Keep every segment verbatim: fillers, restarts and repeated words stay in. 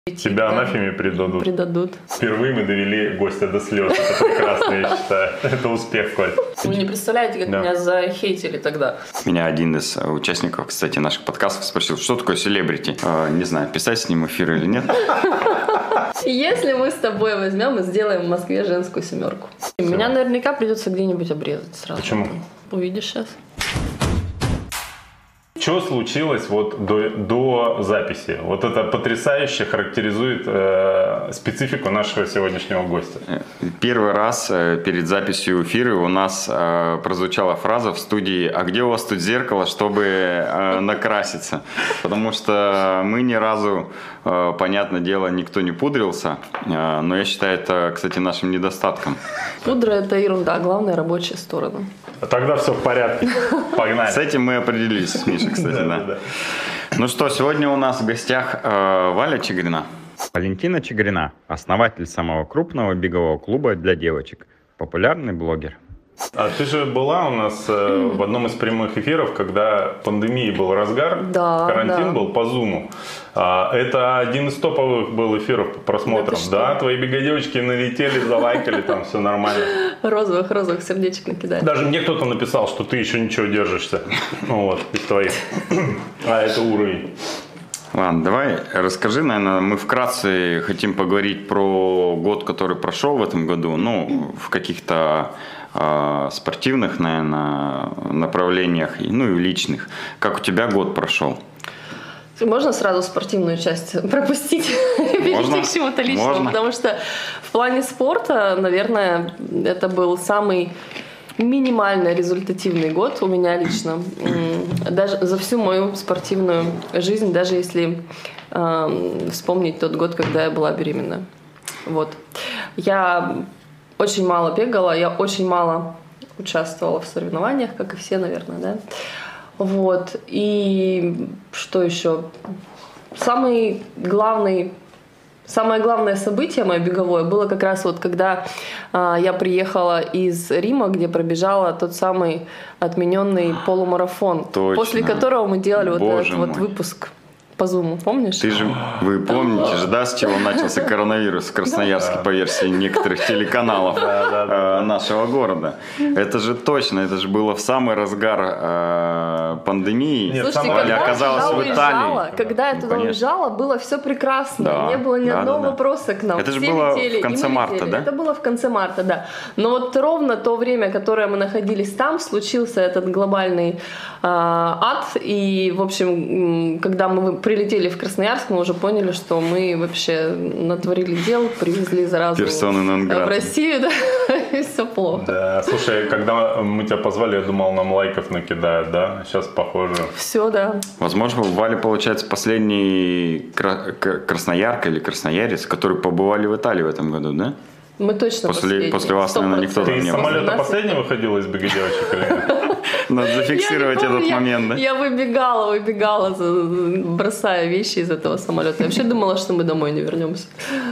Тебя да. анафеме предадут. Предадут. Впервые мы довели гостя до слез. Это прекрасно, я считаю. Это успех, Коль. Вы не представляете, как да. меня захейтили тогда. Меня один из участников, кстати, наших подкастов спросил, что такое селебрити. Э, не знаю, писать с ним эфир или нет. Если мы с тобой возьмем и сделаем в Москве женскую семерку. Все. Меня наверняка придется где-нибудь обрезать сразу. Почему? Увидишь сейчас. Что случилось вот до, до записи? Вот это потрясающе характеризует э, специфику нашего сегодняшнего гостя. Первый раз э, перед записью эфира у нас э, прозвучала фраза в студии: «А где у вас тут зеркало, чтобы э, накраситься?» Потому что мы ни разу, э, понятное дело, никто не пудрился, э, но я считаю это, кстати, нашим недостатком. Пудра – это ерунда, главное – рабочая сторона. Тогда все в порядке. Погнали. С этим мы определились с Мишей, кстати, да, да. да. Ну что, сегодня у нас в гостях э, Валя Чигрина. Валентина Чигрина, основатель самого крупного бегового клуба для девочек, популярный блогер. А ты же была у нас э, в одном из прямых эфиров, когда пандемии был разгар, да, карантин да. был по Зуму. А, это один из топовых был эфиров по просмотрам. Да, твои бега-девочки налетели, залайкали, там все нормально. Розовых, розовых сердечек накидали. Даже мне кто-то написал, что ты еще ничего держишься. Ну вот, из твоих. А это уровень. Ладно, давай расскажи, наверное, мы вкратце хотим поговорить про год, который прошел в этом году, ну, в каких-то э, спортивных, наверное, направлениях, ну и личных. Как у тебя год прошел? Можно сразу спортивную часть пропустить, перейти к чему-то личному, Можно. Потому что в плане спорта, наверное, это был самый минимально результативный год у меня лично. Даже за всю мою спортивную жизнь, даже если э, вспомнить тот год, когда я была беременна. Вот. Я очень мало бегала, я очень мало участвовала в соревнованиях, как и все, наверное, да. Вот. И что еще? Самый главный Самое главное событие мое беговое было как раз вот когда а, я приехала из Рима, где пробежала тот самый отмененный полумарафон, Точно. После которого мы делали вот Боже этот мой. вот выпуск по Зуму, помнишь? Ты же, вы помните же, да, с чего начался коронавирус в Красноярске по версии некоторых телеканалов э, нашего города? Это же точно, это же было в самый разгар э, пандемии. Слушайте, когда Валя оказалась я в уезжала, Италии. когда я туда Ну, уезжала, было все прекрасно, Да, не было ни да, одного да, да. вопроса к нам. Это же Все было летели, в конце и мы марта, летели. да? Это было в конце марта, да. Но вот ровно то время, которое мы находились там, случился этот глобальный э, ад, и, в общем, когда мы прилетели в Красноярск, мы уже поняли, что мы вообще натворили дел, привезли заразу в Россию, да, и все плохо. Да, слушай, когда мы тебя позвали, я думал, нам лайков накидают, да? Сейчас похоже. Все, да. Возможно, в Вале, получается, последний красноярка или красноярец, которые побывали в Италии в этом году, да? Мы точно после, после вас, наверное, никто там не был. Ты из самолета последний выходила из бега-девочек или нет? Надо зафиксировать этот момент, да? Я выбегала, выбегала, бросая вещи из этого самолета. Я вообще думала, что мы домой не вернемся.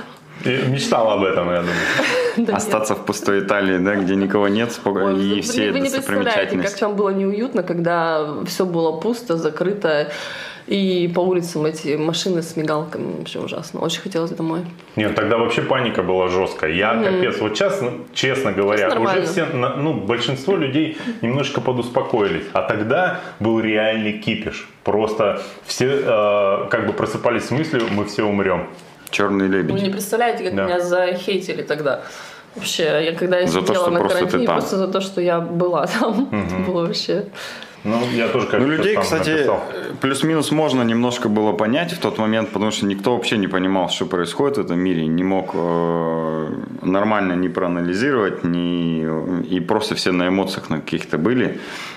И мечтала об этом, я думаю. Да остаться нет. В пустой Италии, да, где никого нет, Ой, и все вы не представляете, как там было неуютно, когда все было пусто, закрыто. И по улицам эти машины с мигалками, вообще ужасно. Очень хотелось домой. Нет, тогда вообще паника была жесткая. Я mm-hmm. капец. Вот сейчас, честно говоря, уже все, ну, большинство людей немножко подуспокоились. А тогда был реальный кипиш. Просто все э, как бы просыпались с мыслью, мы все умрем. Черный лебедь. Вы не представляете, как да. меня захейтили тогда. Вообще, я когда я за сидела то, на просто карантине, просто за то, что я была там. Mm-hmm. Это было вообще... Ну, я тоже, как ну, людей, кстати, написал. Плюс-минус можно немножко было понять в тот момент, потому что никто вообще не понимал, что происходит в этом мире, не мог э, нормально ни проанализировать, ни, и просто все на эмоциях на каких-то были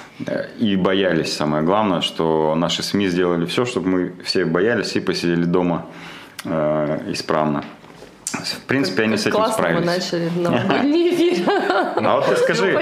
и боялись. Самое главное, что наши СМИ сделали все, чтобы мы все боялись и посидели дома э, исправно. В принципе, как, они как с этим справились. Мы начали новогодний эфир. А вот ты скажи,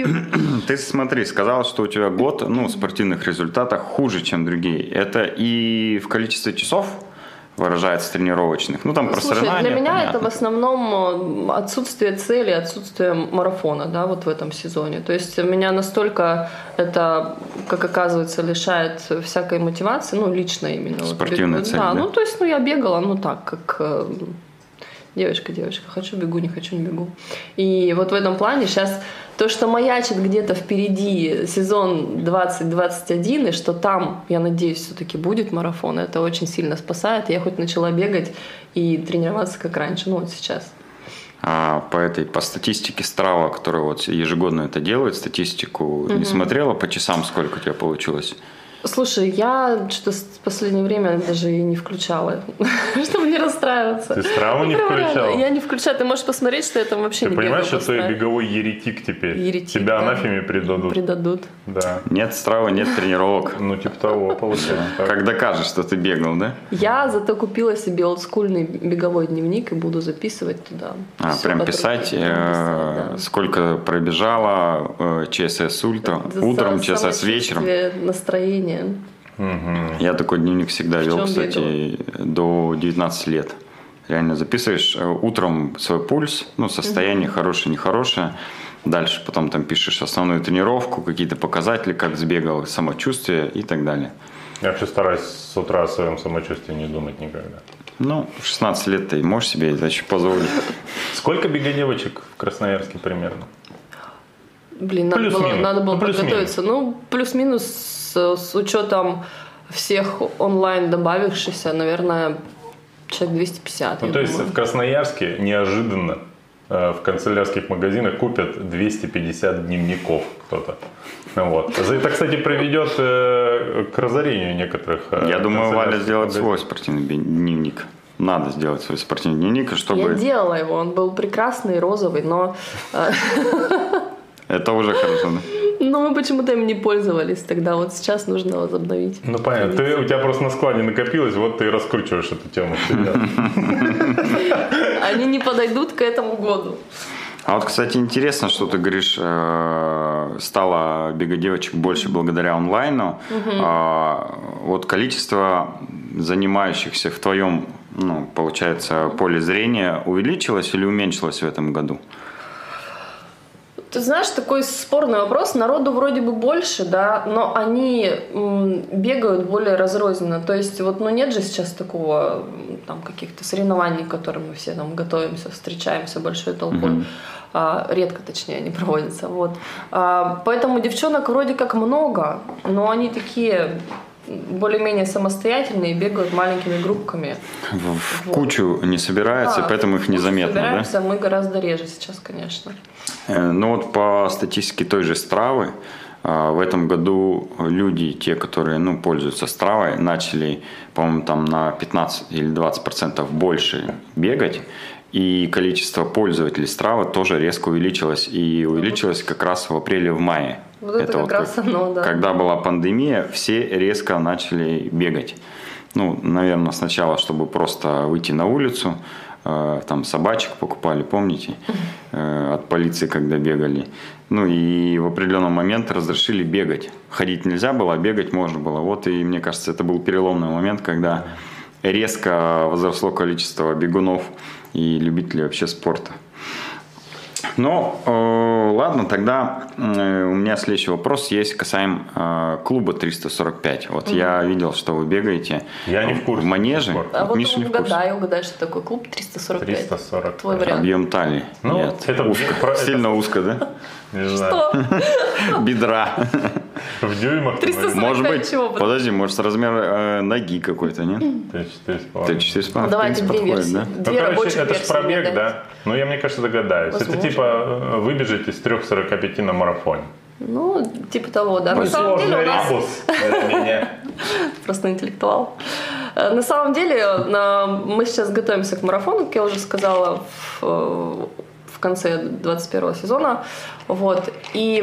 ты смотри, сказал, что у тебя год, ну, в спортивных результатах хуже, чем другие. Это и в количестве часов выражается, тренировочных. Ну, там про Слушай, соревнования, для меня понятно. это в основном отсутствие цели, отсутствие марафона, да, вот в этом сезоне. То есть меня настолько это, как оказывается, лишает всякой мотивации, ну, лично именно. Спортивная вот, цель, да, да? ну, то есть, ну, я бегала, ну, так, как э, девочка, девочка, хочу бегу, не хочу, не бегу. И вот в этом плане сейчас то, что маячит где-то впереди сезон двадцать двадцать один, и что там, я надеюсь, все-таки будет марафон, это очень сильно спасает. Я хоть начала бегать и тренироваться как раньше, ну вот сейчас. А по этой, по статистике Strava, которая вот ежегодно это делает, статистику угу. не смотрела по часам, сколько у тебя получилось? Слушай, я что-то в последнее время даже и не включала, чтобы не расстраиваться. Ты Страву не включала? Я не включаю. Ты можешь посмотреть, что я там вообще ты не бегала. Ты понимаешь, что ты беговой еретик теперь? Еретик, Тебя да. анафеме предадут. Предадут. Да. Нет Стравы, нет тренировок. Ну, типа того, получается. Как докажешь, что ты бегал, да? Я зато купила себе олдскульный беговой дневник и буду записывать туда. А, всё прям под писать, руки, прям э, писать, да. сколько пробежала, э, ЧСС ультра, За утром, ЧСС вечером. Настроение. Угу. Я такой дневник всегда В вел, чем кстати, до девятнадцати лет. Реально записываешь э, утром свой пульс, ну, состояние угу. хорошее, нехорошее. Дальше потом там пишешь основную тренировку, какие-то показатели, как сбегал, самочувствие и так далее. Я вообще стараюсь с утра о своем самочувствии не думать никогда. Ну, в шестнадцать лет ты можешь себе это еще позволить. Сколько бегодевочек в Красноярске примерно? Блин, надо было, надо было ну, подготовиться. Ну, плюс-минус с, с учетом всех онлайн добавившихся, наверное, человек двести пятьдесят. Ну, то есть в Красноярске неожиданно э, в канцелярских магазинах купят двести пятьдесят дневников кто-то. Вот. Это, кстати, приведет э, к разорению некоторых. Э, Я думаю, Валя сделает магазинов. свой спортивный дневник. Надо сделать свой спортивный дневник, чтобы... Я делала его, он был прекрасный, розовый, но... Это уже хорошо, да? Но мы почему-то им не пользовались тогда, вот сейчас нужно возобновить. Ну, понятно. Ты, у тебя просто на складе накопилось, вот ты и раскручиваешь эту тему. Они не подойдут к этому году. А вот, кстати, интересно, что ты говоришь, стало беgodевочек больше благодаря онлайну. Угу. Вот количество занимающихся в твоем, ну, получается, поле зрения увеличилось или уменьшилось в этом году? Ты знаешь, такой спорный вопрос. Народу вроде бы больше, да, но они м, бегают более разрозненно. То есть вот, ну, нет же сейчас такого там каких-то соревнований, к которым мы все там готовимся, встречаемся большой толпой. Mm-hmm. А, редко, точнее, они проводятся. Вот. А, поэтому девчонок вроде как много, но они такие более-менее самостоятельные, бегают маленькими группками. В, в вот. Кучу не собираются, Да, поэтому их незаметно, собираемся, да? мы гораздо реже сейчас, конечно. Ну вот по статистике той же Стравы, в этом году люди, те, которые, ну, пользуются Стравой, начали, по-моему, там на пятнадцать или двадцать процентов больше бегать. И количество пользователей Стравы тоже резко увеличилось. И увеличилось как раз в апреле, в мае. Вот это, это как вот раз как, оно, да. Когда была пандемия, все резко начали бегать. Ну, наверное, сначала, чтобы просто выйти на улицу, э, там собачек покупали, помните, э, от полиции, когда бегали. Ну и в определенный момент разрешили бегать. Ходить нельзя было, а бегать можно было. Вот и мне кажется, это был переломный момент, когда резко возросло количество бегунов и любителей вообще спорта. Ну, э, ладно, тогда э, у меня следующий вопрос есть касаемо э, клуба триста сорок пять. Вот mm-hmm. я видел, что вы бегаете я не в, курсе, в манеже. А вот Миша не угадай, угадай, что такое клуб триста сорок пять. триста сорок пять. Твой вариант. Объем талии. Ну, нет, это узко. Про... Сильно это... узко, да? Не знаю. Что? Бедра. В дюймах? триста сорок пять может быть, чего? Подожди, может размер э, ноги какой-то, нет? четыре с половиной. четыре с половиной. Ну, давайте две подходит, версии. да? Две ну, короче, рабочих это же версии пробег, да? Ну, я, мне кажется, догадаюсь. Возможно. Это типа выбежать из трех сорока пяти на марафоне. Ну, типа того, да. На самом деле у нас... ребус для меня. Просто интеллектуал. На самом деле мы сейчас готовимся к марафону, как я уже сказала, в, в конце двадцать первого сезона. Вот. И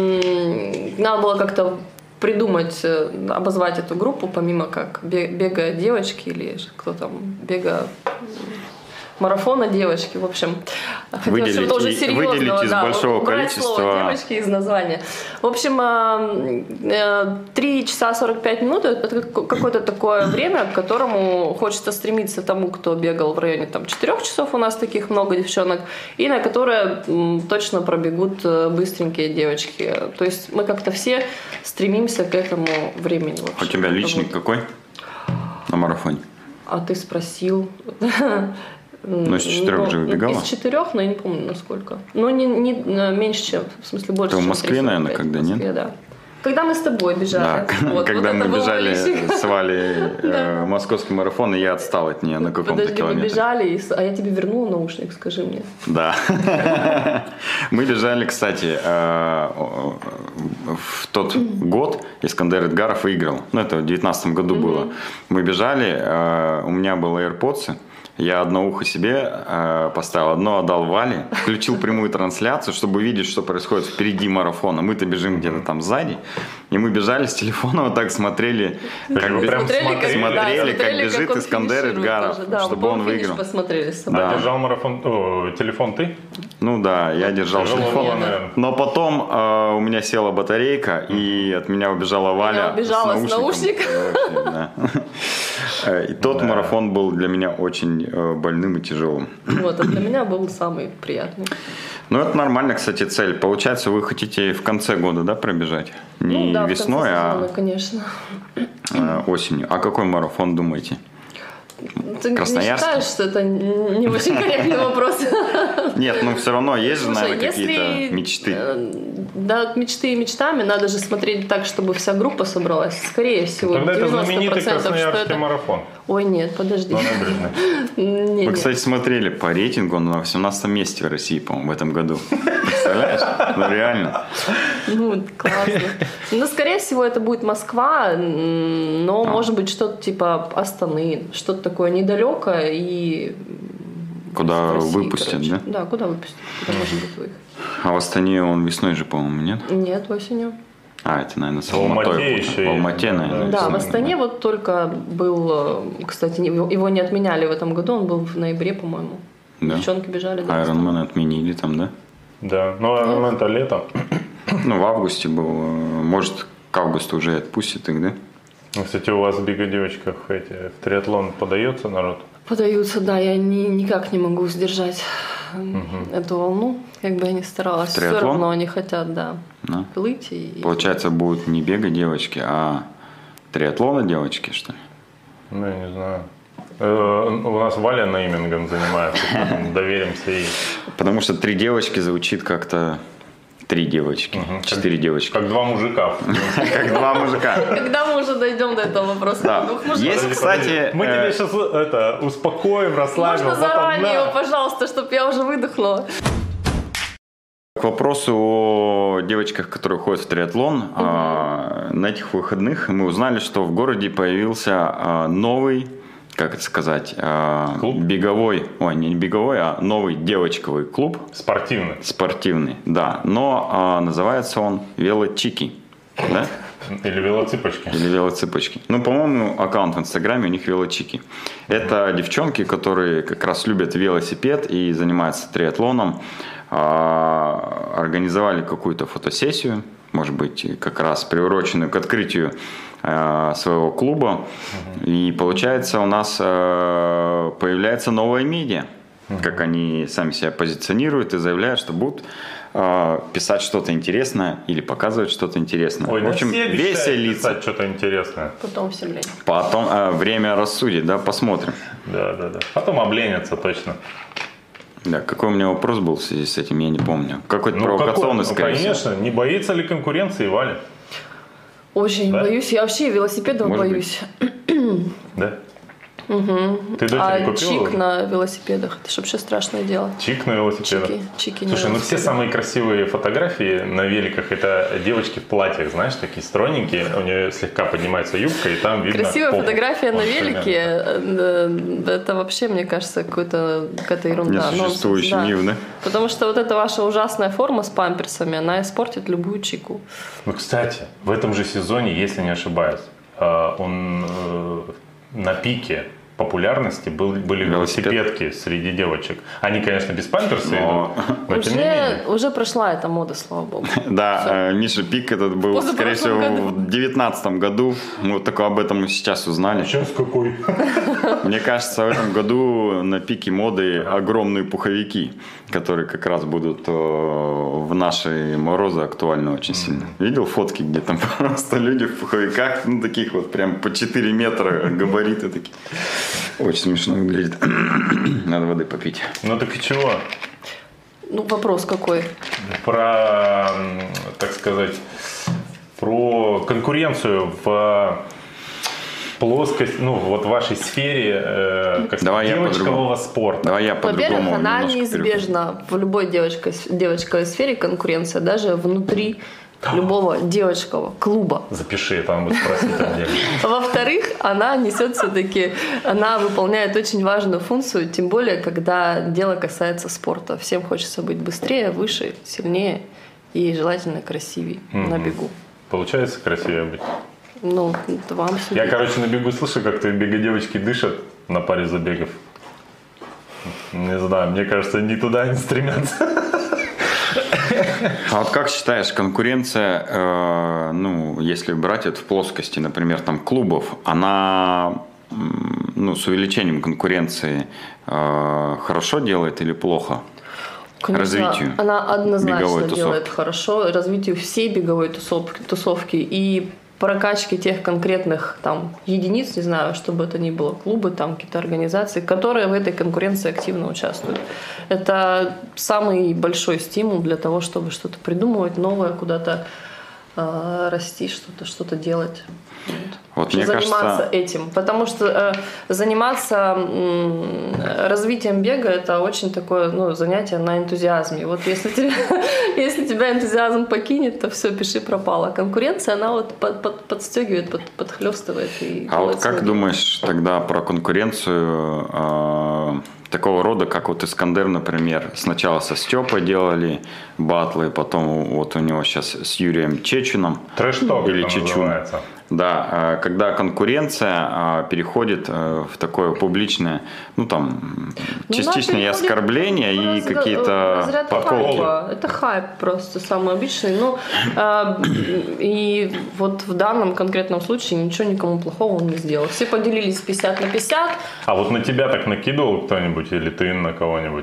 м- надо было как-то придумать, обозвать эту группу, помимо как бега девочки или кто там, бега марафона девочки. В общем, хотелось что-то уже серьезного. Выделить из да, большого количества. Слово девочки из названия. В общем, три часа сорок пять минут – это какое-то такое время, к которому хочется стремиться тому, кто бегал в районе там, четырех часов, у нас таких много девчонок, и на которые точно пробегут быстренькие девочки. То есть мы как-то все стремимся к этому времени. У тебя личник какой на марафоне? А ты спросил. Ну, из четырех ну, же выбегала? Из четырех, но я не помню, насколько. Ну, не, не меньше, чем, в смысле, больше, Ты чем в Москве, наверное, когда, в Москве, нет? Да. Когда мы с тобой бежали. Да, вот, когда вот мы бежали с Валей э, московский марафон, и я отстал от нее на каком-то Подожди, километре. мы бежали, а я тебе вернула наушник, скажи мне. Да. Мы бежали, кстати, в тот год Искандер Эдгаров выиграл. Ну, это в девятнадцатом году было. Мы бежали, у меня было AirPods. Я одно ухо себе э, поставил, одно отдал Вале, включил прямую трансляцию, чтобы видеть, что происходит впереди марафона. Мы-то бежим где-то там сзади, и мы бежали с телефона, вот так смотрели, как, как, беж... смотрели, как, смотрели, да, как бежит как Искандер Эдгаров, да, чтобы он выиграл. Посмотрели с собой. Да. А держал марафон, о, телефон ты? Ну да, я держал Тяжело телефон. было, Но потом э, у меня села батарейка, и от меня убежала Валя убежала с наушником. И тот марафон был для меня очень больным и тяжелым. Вот, а для меня был самый приятный. Ну, это нормально, кстати, цель. Получается, вы хотите в конце года, да, пробежать? Не ну, да, весной, сезона, а конечно. осенью. А какой марафон думаете? Ты не считаешь, что это не очень корректный вопрос? Нет, ну все равно есть же, Слушай, наверное, какие-то мечты. Да, мечты и мечтами. Надо же смотреть так, чтобы вся группа собралась. Скорее всего, тогда это знаменитый Красноярский это... марафон. Ой, нет, подожди. Мы, кстати, смотрели по рейтингу, он на восемнадцатом месте в России, по-моему, в этом году. Представляешь? Ну, реально. Ну, классно. Ну, скорее всего, это будет Москва, но, а. может быть, что-то типа Астаны, что-то такое недалекое и... Куда России, выпустят, короче. да? Да, куда выпустят, куда может быть выехать. А в Астане он весной же, по-моему, нет? Нет, осенью. А, это, наверное, с Алматой. В Алмате, наверное. Да, в Астане да. вот только был, кстати, его не отменяли в этом году, он был в ноябре, по-моему. Да? Девчонки бежали. Да, Ironman отменили там, да? Да, ну Ironman-то летом. Ну, в августе был, может, к августу уже отпустят их, да? Кстати, у вас в бега-девочках эти, в триатлон подается народ? Подаются, да, я ни, никак не могу сдержать угу. эту волну, как бы я ни старалась. Все равно они хотят, да, да. плыть. И... Получается, будут не бега девочки, а триатлона девочки, что ли? Ну, я не знаю. У нас Валя неймингом занимается, доверимся ей. Потому что три девочки звучит как-то... Три девочки, угу. четыре как, девочки. Как два мужика. Как два мужика. Когда мы уже дойдем до этого вопроса. Есть, кстати... Мы тебя сейчас это успокоим, расслабим. Можно заранее его, пожалуйста, чтобы я уже выдохнула. К вопросу о девочках, которые ходят в триатлон. На этих выходных мы узнали, что в городе появился новый, как это сказать, клуб? беговой, ой, не беговой, а новый девочковый клуб. Спортивный. Спортивный, да. Но а, называется он Велочики, да? Или велоцыпочки. Или велоцыпочки. Ну, по-моему, аккаунт в Инстаграме у них Велочики. Это девчонки, которые как раз любят велосипед и занимаются триатлоном. А, организовали какую-то фотосессию, может быть, как раз приуроченную к открытию своего клуба. Uh-huh. И получается, у нас э, появляется новая медиа, uh-huh. как они сами себя позиционируют и заявляют, что будут э, писать что-то интересное или показывать что-то интересное. Ой, в общем, веселиться. Писать что-то интересное. Потом всем лень. Потом э, время рассудит, да, посмотрим. Да, да, да. Потом обленятся точно. Да, какой у меня вопрос был в связи с этим, я не помню. Какой-то ну, провокационный, какой? скорее ну, конечно, всего. Не боится ли конкуренции, Валя? Очень да? боюсь. Я вообще велосипедом Может боюсь. Да? Угу. Ты дочери а купила? чик на велосипедах, это же вообще страшное дело. Чик на велосипедах? Чики, чики на Слушай, ну все самые красивые фотографии на великах это девочки в платьях, знаешь, такие стройненькие, у нее слегка поднимается юбка, и там видно... Красивая пол. фотография вот на велике, это вообще, мне кажется, какой-то, какая-то ерунда. Несуществующий да. миф, да? Потому что вот эта ваша ужасная форма с памперсами, она испортит любую чику. Ну, кстати, в этом же сезоне, если не ошибаюсь, он на пике популярности были, были Велосипед. велосипедки среди девочек. Они, конечно, без памперса Но- идут, но тем не Уже, менее. уже прошла эта мода, слава богу. Да, Всё. э, Миша пик этот был, Позапрошлом скорее всего, году. в девятнадцатом году. Мы вот только об этом мы сейчас узнали. Сейчас какой? Мне кажется, в этом году на пике моды огромные пуховики, которые как раз будут э, в наши морозы актуальны очень сильно. Видел фотки, где там просто люди в пуховиках, ну таких вот прям по четыре метра габариты такие. Очень смешно выглядит. Надо воды попить. Ну так и чего? Ну, вопрос какой? Про, м, так сказать, про конкуренцию в плоскость, ну вот в вашей сфере э, как Давай сказать, я девочкового по-другому. спорта. Давай я Во-первых, по-другому она немножко неизбежна в любой девочкой, девочковой сфере конкуренция, даже внутри любого девочкового клуба. Запиши, я там буду спросить. отдельно. Во-вторых, она несет все-таки, она выполняет очень важную функцию, тем более, когда дело касается спорта. Всем хочется быть быстрее, выше, сильнее и желательно красивее на бегу. Получается красивее быть? Ну, это вам судить. Я, короче, на бегу слышу, как твои бегодевочки дышат на паре забегов. Не знаю, мне кажется, ни туда не стремятся. А вот как считаешь, конкуренция, э, ну, если брать это в плоскости, например, там клубов, она, м, ну, с увеличением конкуренции э, хорошо делает или плохо? Конечно, развитию она однозначно беговой тусовки? делает хорошо, развитию всей беговой тусовки, тусовки и прокачки тех конкретных там единиц, не знаю, что бы это ни было, клубы, там какие-то организации, которые в этой конкуренции активно участвуют. Это самый большой стимул для того, чтобы что-то придумывать новое, куда-то э, расти, что-то, что-то делать. Вот мне заниматься кажется- этим. Потому что э, заниматься м, развитием бега это очень такое ну, занятие на энтузиазме. Вот если тебя, если тебя энтузиазм покинет, то все, пиши пропало. Конкуренция, она вот под, под, подстегивает, под, подхлестывает. И А вот делает как свое. думаешь тогда про конкуренцию э, такого рода, как вот Искандер, например, сначала со Степой делали батлы, потом вот у него сейчас с Юрием Чечуном. Трэш-ток Или это Чечун. называется. Да, э, когда конкуренция э, переходит э, в такое публичное, ну там, Ну, частичное она и переходит оскорбление, в и разго- в какие-то разряд подколы. хайпа. Это хайп просто самый обычный. Ну, э, и вот в данном конкретном случае ничего никому плохого он не сделал. Все поделились пятьдесят на пятьдесят. А вот на тебя так накидывал кто-нибудь или ты на кого-нибудь?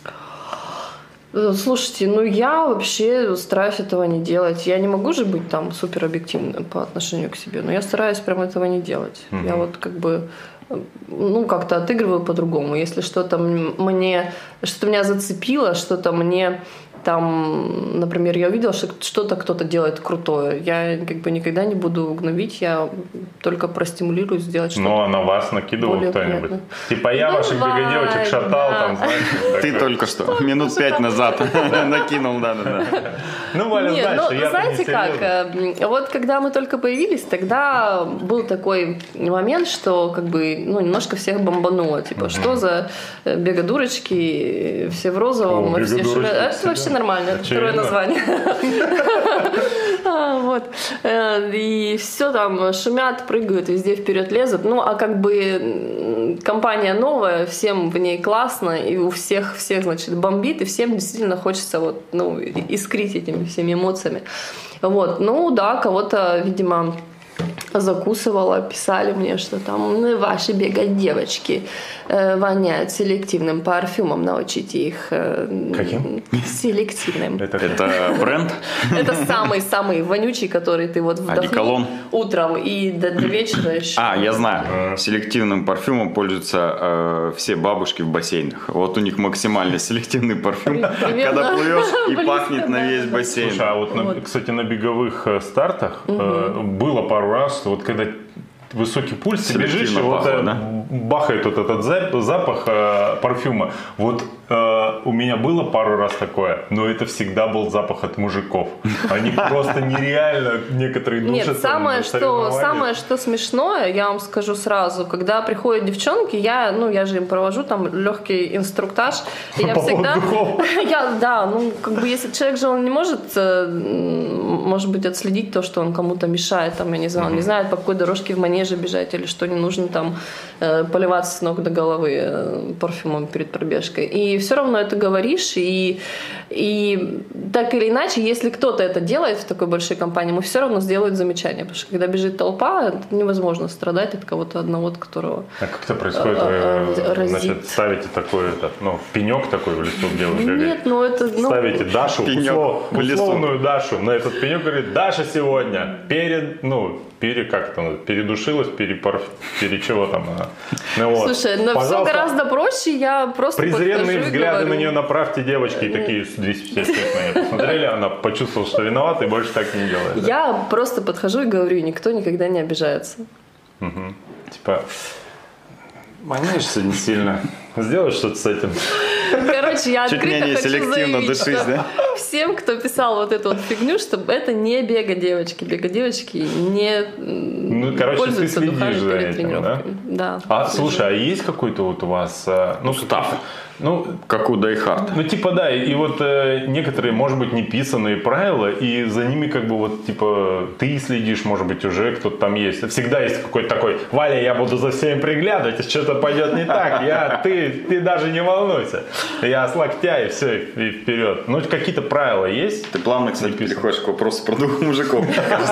Слушайте, ну я вообще стараюсь этого не делать. Я не могу же быть там супер объективным по отношению к себе, но я стараюсь прям этого не делать. Mm-hmm. Я вот как бы ну как-то отыгрываю по-другому. Если что-то мне, что-то меня зацепило, что-то мне там, например, я увидела, что что-то кто-то делает крутое. Я как бы никогда не буду гнобить, я только простимулирую сделать что-то. Ну, а на вас накидывал более кто-нибудь? приятно. Типа я ваших Бывает, бегодевочек шатал, да. там, знаешь. Ты такое. только что, минут пять назад накинул, да-да-да. Ну, Валя, Нет, знаешь, ну, что я знаете как, э, вот когда мы только появились, тогда был такой момент, что как бы, ну, немножко всех бомбануло, типа, что за э, бега-дурочки, все в розовом, О, все бега-дурочки, шумят. Это кстати. вообще нормально, это второе Очевидно. название. А, Вот. Э, И все там шумят, прыгают, везде вперед лезут. Ну, а как бы м, компания новая, всем в ней классно, и у всех, всех, значит, бомбит, и всем действительно хочется вот, ну, искрить этими всеми эмоциями. Вот. Ну, да, кого-то, видимо, закусывала, писали мне, что там ну, ваши бега-девочки э, воняют селективным парфюмом, научите их э, Каким? селективным. Это, Это бренд? Это самый-самый вонючий, который ты вот вдохнул Одеколон? утром и до, до вечера еще. А, я знаю. Селективным парфюмом пользуются э, все бабушки в бассейнах. Вот у них максимально селективный парфюм, Примерно когда плывешь и близко, пахнет на да. весь бассейн. Слушай, а вот, на- Вот. кстати, на беговых э, стартах э, было пару раз, что вот когда высокий пульс, ты Селективно бежишь, и вот пахло, э, да? бахает вот этот зап- запах э, парфюма. Вот э, у меня было пару раз такое, но это всегда был запах от мужиков. Они просто нереально некоторые души. Нет, самое что, самое, что смешное, я вам скажу сразу, когда приходят девчонки, я, ну, я же им провожу там легкий инструктаж, и я По всегда, поводу духов. я, да, ну, как бы, если человек же, он не может, э, м, может быть, отследить то, что он кому-то мешает, там, я не знаю, он не знает, по какой дорожке в манеже бежать, или что не нужно там э, поливаться с ног до головы парфюмом перед пробежкой. И все равно это говоришь, и, и так или иначе, если кто-то это делает в такой большой компании, ему все равно сделают замечание, потому что когда бежит толпа, это невозможно страдать от кого-то одного, от которого А как это происходит? Вы, значит, ставите такой, этот, ну, пенек такой в лесу, где вы бегаете? Нет, ну это... Ну... Ставите Дашу, услов, условную Дашу, на этот пенек, говорит, Даша сегодня перед, ну, пере, как это, передушилась, перепарф, пере чего там она. Ну, вот. Слушай, но все гораздо проще, я просто презренные взгляды на нее направьте, девочки, и такие двести пятьдесят человек на нее посмотрели, она почувствовала, что виновата, и больше так не делает. Да? Я просто подхожу и говорю, и никто никогда не обижается. Угу. Типа, маняешься не сильно, сделай что-то с этим. Короче, я открыто хочу селективно заявить, дышись, да? всем, кто писал вот эту вот фигню, чтобы это не бега-девочки. Бега-девочки не ну, короче, пользуются ты духами за перед этим, тренировками. Да? Да. А слушай, а есть какой-то вот у вас, ну, устав? Ну, как у Дайхарда. Ну, типа, да, и вот э, некоторые, может быть, неписанные правила, и за ними как бы вот, типа, ты следишь, может быть, уже кто-то там есть. Всегда есть какой-то такой, Валя, я буду за всеми приглядывать, если что-то пойдет не так, я, ты, ты даже не волнуйся. Я с локтя и все, и вперед. Ну, какие-то правила есть? Ты плавно, кстати, переходишь к вопросу про двух мужиков.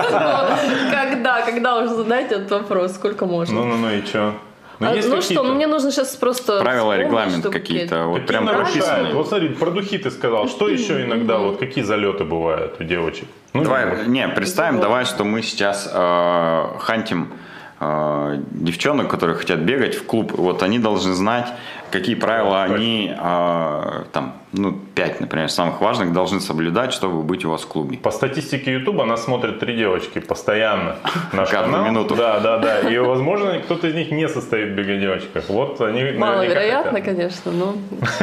Когда, когда уже задать этот вопрос, сколько можно? Ну-ну-ну, и что? Ну, а, ну что, ну мне нужно сейчас просто... Правила, регламент какие-то, вот прям прописаны. Вот смотри, про духи ты сказал. Что еще иногда, вот какие залеты бывают у девочек? Ну, давай, не, представим, давай, что мы сейчас э, хантим э, девчонок, которые хотят бегать в клуб. Вот они должны знать, какие правила они, э, там, ну, пять, например, самых важных, должны соблюдать, чтобы быть у вас в клубе. По статистике YouTube нас смотрят три девочки постоянно. Каждую минуту. Да, да, да. И, возможно, кто-то из них не состоит в бега-девочках. Вот они маловероятно, конечно, но...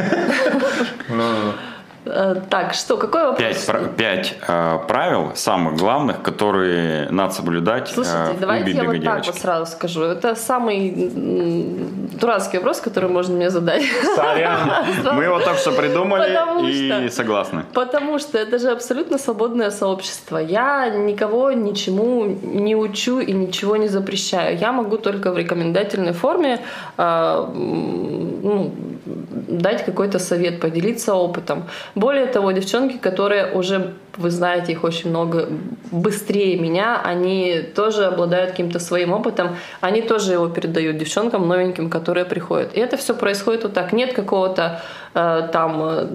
Так, что, какой вопрос? Пять, пять э, правил, самых главных, которые надо соблюдать. Слушайте, э, в давайте я вот так девочки. вот сразу скажу. Это самый м, дурацкий вопрос, который можно мне задать. Сорян. Мы его так что придумали Потому и что, согласны. Потому что это же абсолютно свободное сообщество. Я никого ничему не учу и ничего не запрещаю. Я могу только в рекомендательной форме э, ну, дать какой-то совет, поделиться опытом. Более того, девчонки, которые уже, вы знаете, их очень много, быстрее меня, они тоже обладают каким-то своим опытом, они тоже его передают девчонкам новеньким, которые приходят. И это все происходит вот так. Нет какого-то э, там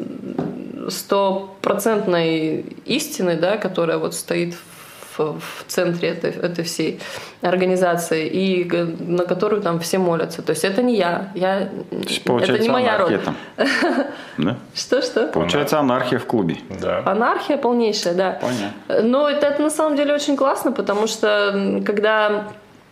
стопроцентной истины, да, которая вот стоит в, в центре этой, этой всей организации, и на которую там все молятся. То есть это не я. я это не моя роль. Да? Что-что? Получается анархия в клубе. Да. Анархия полнейшая, да. Понятно. Но это, это на самом деле очень классно, потому что когда...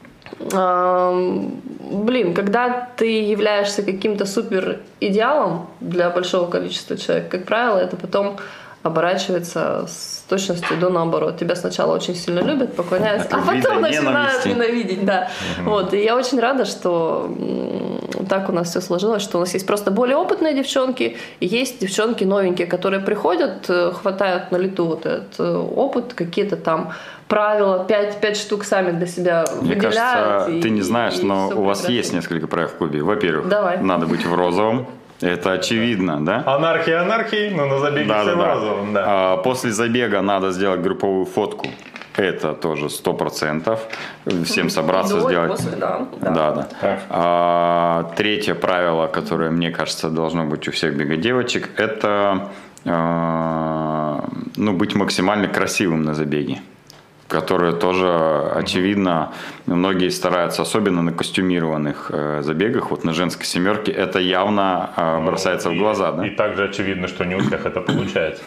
Э, блин, когда ты являешься каким-то супер идеалом для большого количества человек, как правило, это потом оборачивается с точностью до наоборот. Тебя сначала очень сильно любят, поклоняются, а потом начинают ненавидеть. Да. Mm-hmm. Вот. И я очень рада, что так у нас все сложилось, что у нас есть просто более опытные девчонки, и есть девчонки новенькие, которые приходят, хватают на лету вот этот опыт, какие-то там правила, пять, пять штук сами для себя Мне выделяют. Мне кажется, и, ты не знаешь, и, но и у вас прекрасно. есть несколько правил в клубе. Во-первых, Давай. надо быть в розовом. Это очевидно, да? Анархия, анархии, но на забеге да, все да, в да. розовом, да. А, после забега надо сделать групповую фотку. Это тоже сто процентов. Всем собраться До, сделать. После, да, да. Да, да. А, третье правило, которое, мне кажется, должно быть у всех бегодевочек, это а, ну, быть максимально красивым на забеге. Которые тоже, очевидно, многие стараются, особенно на костюмированных э, забегах, вот на женской семерке, это явно э, бросается ну, в и, глаза. Да? И также очевидно, что не у всех это получается.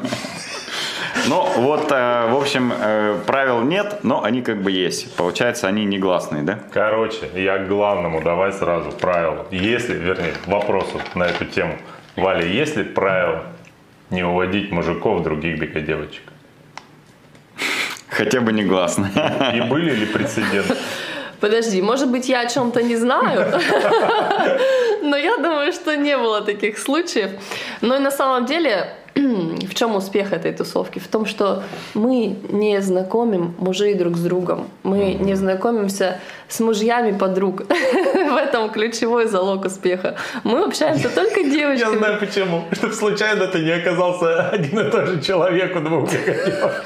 Ну, вот, э, в общем, э, правил нет, но они как бы есть. Получается, они негласные, да? Короче, я к главному, давай сразу правило. Если, вернее, вопросу на эту тему. Валя, есть ли правило не уводить мужиков других бега-девочек? Хотя бы негласно. И были ли прецеденты? Подожди, может быть, я о чем-то не знаю, но я думаю, что не было таких случаев. Но и на самом деле, в чем успех этой тусовки? В том, что мы не знакомим мужей друг с другом. Мы не знакомимся с мужьями подруг. В этом ключевой залог успеха. Мы общаемся только девочками. Я знаю почему. Чтобы случайно ты не оказался один и тот же человек у двух девочек.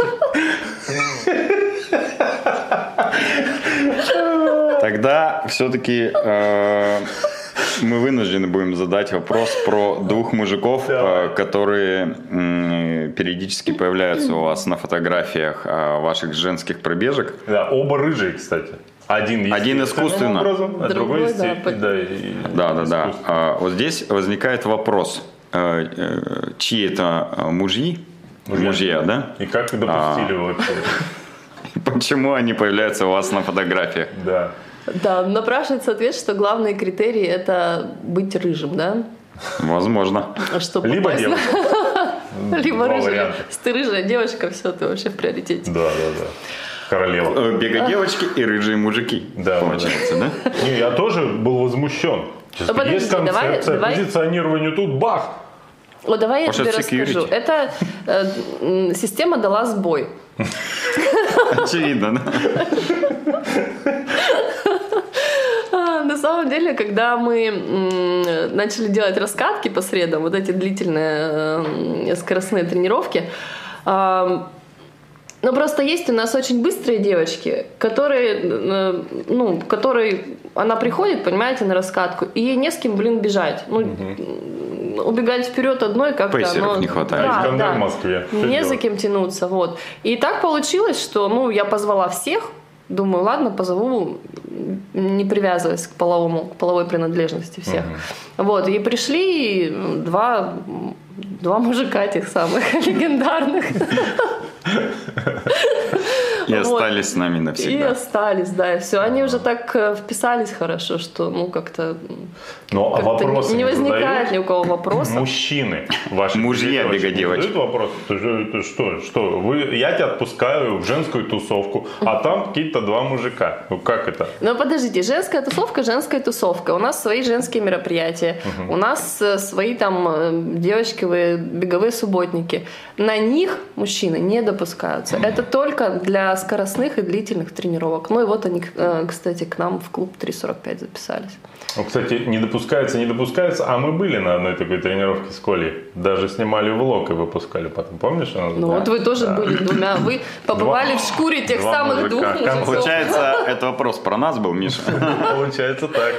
Тогда все-таки э, мы вынуждены будем задать вопрос про двух мужиков, э, которые э, периодически появляются у вас на фотографиях э, ваших женских пробежек. Да, оба рыжие, кстати. Один, Один искусственно, образом, а другой, другой да, да, да, и, да, да, да. А, вот здесь возникает вопрос, э, э, чьи это мужьи, мужья, мужья да? И как вы допустили а, вообще? Почему они появляются у вас на фотографиях? Да. Да, напрашивается ответ, что главный критерий – это быть рыжим, да? Возможно. Чтобы Либо попасть девушка. на... Либо Два рыжая. варианта. Если ты рыжая девочка, все, ты вообще в приоритете. Да, да, да. Королева. Бега-девочки и рыжие мужики, да, получается, да? да? Не, я тоже был возмущен. Ну, подожди, есть концепция давай, позиционирования, тут бах! Вот давай я тебе security. расскажу. Это э, система дала сбой. Очевидно, да? На самом деле, когда мы м, начали делать раскатки по средам, вот эти длительные э, скоростные тренировки, э, ну просто есть у нас очень быстрые девочки, которые, э, ну, которые, она приходит, понимаете, на раскатку, и ей не с кем, блин, бежать. Ну, угу. Убегать вперед одной как-то... Пейсеров но, не хватает. Да, да. да. В Москве. Не за кем тянуться, вот. И так получилось, что, ну, я позвала всех. Думаю, ладно, позову, не привязываясь к половому, к половой принадлежности всех. Uh-huh. Вот, и пришли два, два мужика тех самых легендарных. И остались с нами навсегда. И остались, да, и все. Они уже так вписались хорошо, что, ну, как-то... Ну, а вопросы не возникает ни у кого вопросов. Мужчины, ваши мужья бега-девочки. задают вопрос, ты что, что, вы, я тебя отпускаю в женскую тусовку, а там какие-то два мужика. Ну, как это? Ну, подождите, женская тусовка, женская тусовка. У нас свои женские мероприятия, uh-huh. у нас свои там девочковые беговые субботники. На них мужчины не допускаются. Uh-huh. Это только для скоростных и длительных тренировок. Ну и вот они, кстати, к нам в клуб три сорок пять записались. Ну, кстати, не допускается, не допускается, а мы были на одной такой тренировке с Колей. Даже снимали влог и выпускали потом. Помнишь? Ну да. Вот вы тоже да. были двумя. Вы побывали Два, в шкуре тех самых мужика. двух мужиков. Получается, это вопрос про нас был, Миша. Получается так.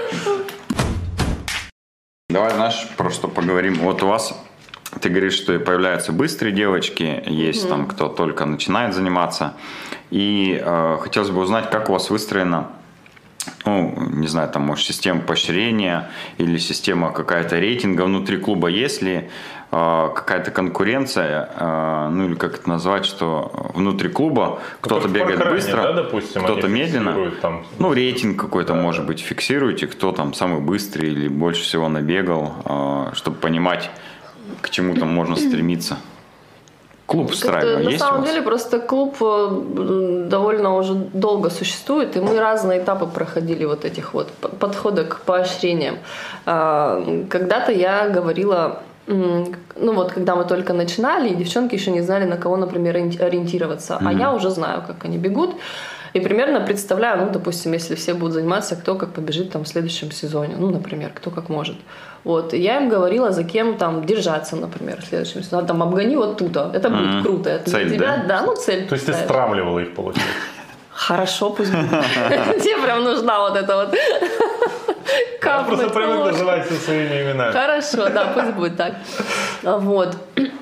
Давай, знаешь, просто поговорим. Вот у вас, ты говоришь, что появляются быстрые девочки, есть mm-hmm. там, кто только начинает заниматься. И э, хотелось бы узнать, как у вас выстроена, ну, не знаю, там, может, система поощрения или система какая-то рейтинга внутри клуба, есть ли э, какая-то конкуренция, э, ну, или как это назвать, что внутри клуба кто-то бегает Паркране, быстро, да, допустим, кто-то медленно, там... ну, рейтинг какой-то, да, может быть, фиксируете, кто там самый быстрый или больше всего набегал, э, чтобы понимать, к чему там можно стремиться. Клуб устраивает, есть у вас? На самом деле просто клуб довольно уже долго существует, и мы разные этапы проходили вот этих вот подходов к поощрениям. Когда-то я говорила, ну вот когда мы только начинали, и девчонки еще не знали, на кого, например, ориентироваться, mm-hmm. а я уже знаю, как они бегут. И примерно представляю, ну, допустим, если все будут заниматься, кто как побежит там в следующем сезоне, ну, например, кто как может. Вот, и я им говорила, за кем там держаться, например, в следующем сезоне. Там, обгони вот тут, это будет mm-hmm. круто. Это цель, для тебя, да? да, ну, цель. То есть ты стравливала их, получается? Хорошо, пусть будет. Тебе прям нужна вот эта вот капнуть. Я просто привык называть все своими именами. Хорошо, да, пусть будет так. Вот.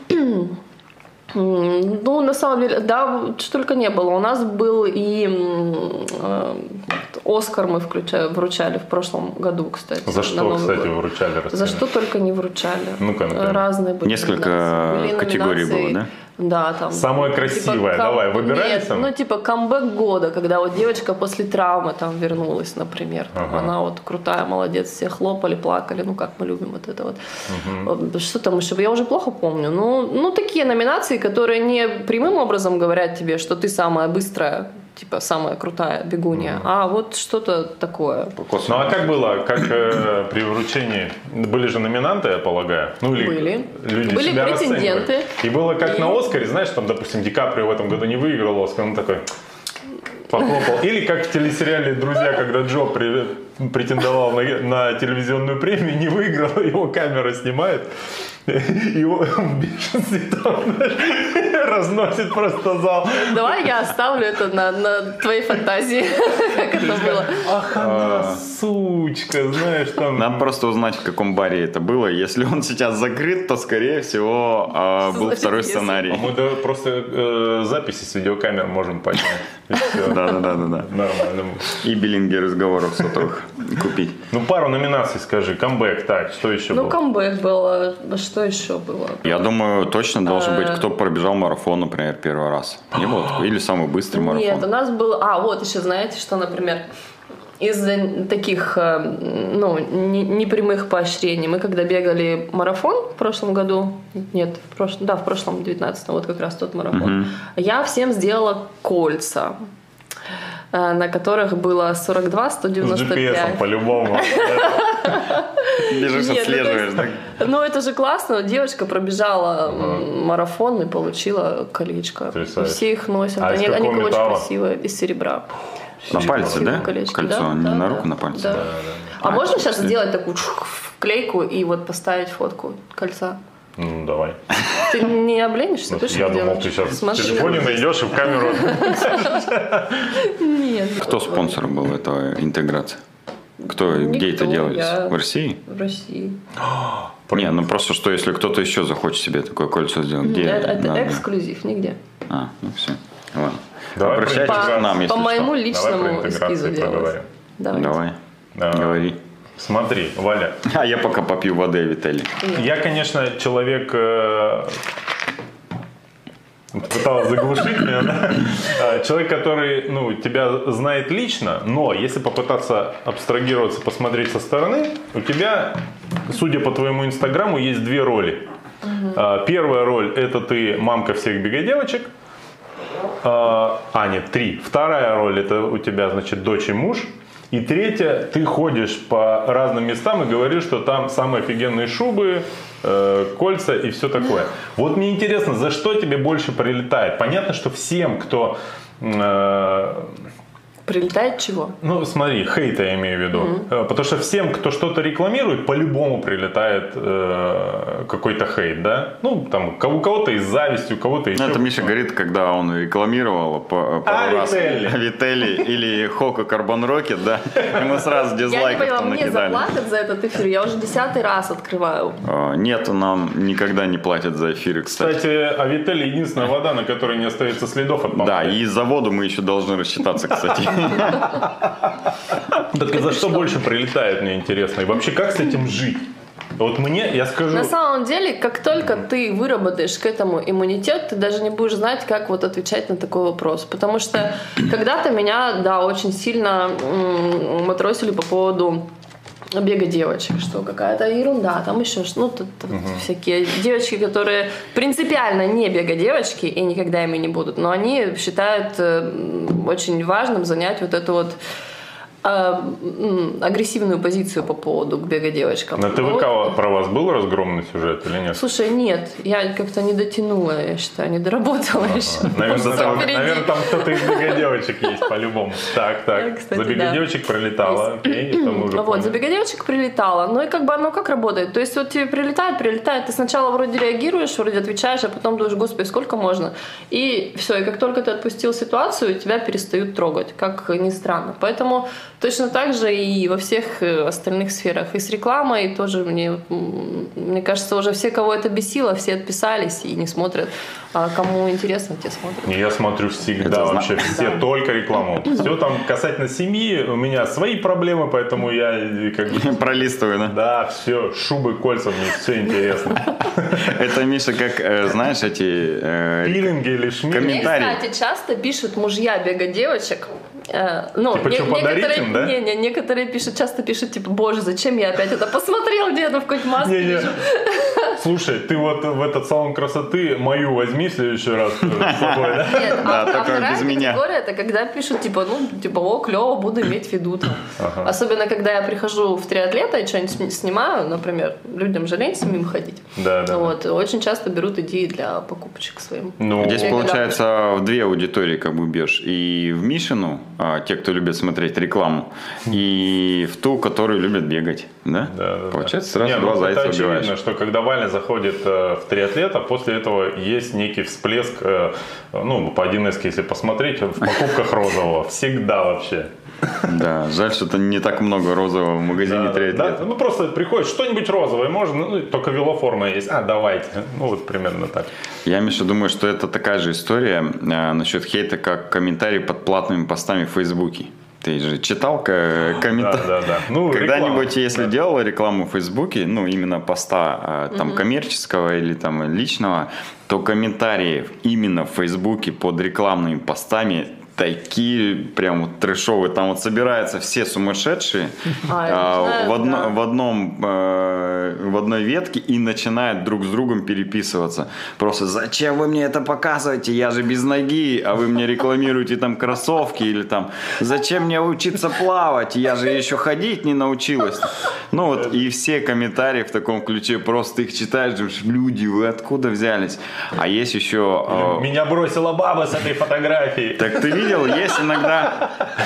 Ну, на самом деле, да, что только не было. У нас был и э, Оскар мы включали, вручали в прошлом году, кстати. За что, кстати, год. вручали? Расскажи. За что только не вручали. Ну-ка, ну-ка. Разные были. Несколько были категорий было, да? Да, там. Самое красивое, типа, давай, выбирай. Нет, сам? ну типа камбэк года, когда вот девочка после травмы там вернулась, например. Там, ага. Она вот крутая, молодец, все хлопали, плакали, ну как мы любим вот это вот. Угу. Что там еще? Я уже плохо помню. Ну, ну такие номинации, которые не прямым образом говорят тебе, что ты самая быстрая. типа самая крутая бегунья, mm-hmm. а вот что-то такое. Ну а как было, как э, при вручении, были же номинанты, я полагаю? Ну или были. Люди были себя претенденты. И было как и... на Оскаре, знаешь, там, допустим, Ди Каприо в этом году не выиграл Оскар, он такой... Похлопал. Или как в телесериале «Друзья», когда Джо при, претендовал на, на телевизионную премию, не выиграл, его камера снимает, и он в бешенстве там, знаешь, разносит просто зал. Давай я оставлю это на, на твоей фантазии, как это было. Ах, она сучка, знаешь, там... Надо просто узнать, в каком баре это было. Если он сейчас закрыт, то, скорее всего, был Значит, второй если... сценарий. А мы да, просто э, записи с видеокамер можем поднять. Да-да-да. Нормально. И биллинги разговоров сотовых купить. Ну, пару номинаций скажи. Камбэк, так, что еще Ну, было? камбэк было. Что еще было? Я думаю, точно должен быть, кто пробежал марафон, например, первый раз. Не было такого? Или самый быстрый марафон. Нет, у нас был... А, вот еще, знаете, что, например, из-за таких, ну, непрямых поощрений. Мы когда бегали марафон в прошлом году, нет, в прошлом, да, в прошлом девятнадцатом, вот как раз тот марафон, угу. я всем сделала кольца, на которых было сорок два сто девяносто пять. С джи пи эсом по-любому. Бежишь, отслеживаешь. Ну, это же классно. Девочка пробежала марафон и получила колечко. Все их носят. Они очень красивые, из серебра. На пальце, да? Колечко. Кольцо, да, не да, на да, руку, на пальце. Да. Да. А, а можно сейчас сделать такую вклейку и вот поставить фотку кольца? Ну, давай. Ты не обленишься? Ты Я думал, ты сейчас в телефоне найдешь и в камеру. Нет. Кто спонсор был этой интеграции? Кто, где это делалось? В России? В России. Не, ну просто что, если кто-то еще захочет себе такое кольцо сделать, где? Это эксклюзив, нигде. А, ну все, ладно. Давай обращайтесь по, к нам, если по моему что. личному эскизу делать. Давай. Давай. Говори. Смотри, Валя. А я пока попью воды, Виталий. Я, конечно, человек... Э, пыталась заглушить меня, да? Человек, который, ну, тебя знает лично, но если попытаться абстрагироваться, посмотреть со стороны, у тебя, судя по твоему инстаграму, есть две роли. Угу. Первая роль – это ты мамка всех бегодевочек. А, нет, три. Вторая роль – это у тебя, значит, дочь и муж. И третья, ты ходишь по разным местам и говоришь, что там самые офигенные шубы, э, кольца и все такое. Вот мне интересно, за что тебе больше прилетает? Понятно, что всем, кто... Э, Прилетает чего? Ну, смотри, хейта я имею в виду. Mm-hmm. Потому что всем, кто что-то рекламирует, по-любому прилетает э, какой-то хейт, да? Ну, там, у кого-то из зависти, у кого-то еще... Ну, это Миша говорит, когда он рекламировал по, а, раз Вителли. Вителли или Хока Карбон Рокет, да? И мы сразу дизлайков я не там поняла, мне накидали. заплатят за этот эфир? Я уже десятый раз открываю. Нет, нам никогда не платят за эфиры, кстати. Кстати, а Вителли единственная вода, на которой не остается следов от Да, и за воду мы еще должны рассчитаться, кстати. Так за что больше прилетает, мне интересно. И вообще, как с этим жить? Вот мне, я скажу... На самом деле, как только ты выработаешь к этому иммунитет, ты даже не будешь знать, как вот отвечать на такой вопрос. Потому что когда-то меня, да, очень сильно м- матросили по поводу бега девочек, что какая-то ерунда, там еще что, ну, тут, тут угу. всякие девочки, которые принципиально не бега девочки и никогда ими не будут, но они считают э, очень важным занять вот эту вот э, агрессивную позицию по поводу бега девочкам. На ТВК вот. Про вас был разгромный сюжет или нет? Слушай, нет, я как-то не дотянула, я считаю, не доработала ага. еще. Наверное, там, наверное, там кто-то из бегодевочек есть по-любому. Так, так. Кстати, за бегодевочек да. прилетала. Окей, это мы уже вот, поняли. За бегодевочек прилетала. Ну и как бы оно как работает? То есть вот тебе прилетает, прилетает, ты сначала вроде реагируешь, вроде отвечаешь, а потом думаешь, господи, сколько можно? И все, и как только ты отпустил ситуацию, тебя перестают трогать, как ни странно. Поэтому точно так же и во всех остальных сферах. И с рекламой тоже мне, мне кажется, уже все, кого это бесило, все отписались и не смотрят. А кому интересно, те смотрят. Я смотрю всегда, это вообще знаю. Все да. только рекламу. Все там касательно семьи, у меня свои проблемы, поэтому я как бы... Пролистываю, да? Да, все, шубы, кольца, мне все интересно. Это, Миша, как, знаешь, эти... Пилинги или шминги. Комментарии. Мне, кстати, часто пишут мужья бега-девочек. Ну, типа, не, что, подарить им, да? Не, не, некоторые пишут, часто пишут, типа, боже, зачем я опять это посмотрел, где-то в какой-то маске не, не. вижу. Слушай, ты вот в этот салон красоты мою возьми в следующий раз с собой, да? Нет, Да, а, только а вторая без меня. категория, это когда пишут, типа, ну, типа, о, клево, буду иметь в виду. Там. Ага. Особенно, когда я прихожу в триатлета и что-нибудь снимаю, например, людям же лень с ним ходить. Да, да. Вот, очень часто берут идеи для покупочек своим. Ну, Здесь, Я получается, в две аудитории как бы бьешь. И в Мишину, а, те, кто любит смотреть рекламу, и в ту, которые любят бегать. Да? Да, да, Получается, да. сразу Не, два ну, зайца это убиваешь. очевидно, что когда Ваня заходит э, в триатлет, а после этого есть некий всплеск, э, ну, по один эс, если посмотреть, в покупках розового. Всегда вообще. Да, жаль, что то не так много розового в магазине Да, триатлета. да, ну, просто приходит что-нибудь розовое, можно, ну, только велоформа есть. А, давайте. Ну, вот примерно так. Я, Миша, думаю, что это такая же история э, насчет хейта, как комментарии под платными постами в Фейсбуке. Ты же читал комментарии? Да, да, да. Ну, Когда-нибудь, реклама, если да. делал рекламу в Фейсбуке, ну, именно поста а, там, коммерческого или там личного, то комментарии именно в Фейсбуке под рекламными постами такие прям вот трэшовые. Там вот собираются все сумасшедшие А, я а, знаю, в, одно- да. в одном э, в одной ветке и начинают друг с другом переписываться. Просто зачем вы мне это показываете? Я же без ноги, а вы мне рекламируете там кроссовки или там зачем мне учиться плавать? Я же еще ходить не научилась. Ну вот и все комментарии в таком ключе, просто их читаешь, думаешь, люди, вы откуда взялись? А есть еще... э, Меня бросила баба с этой фотографией. так ты видел, есть иногда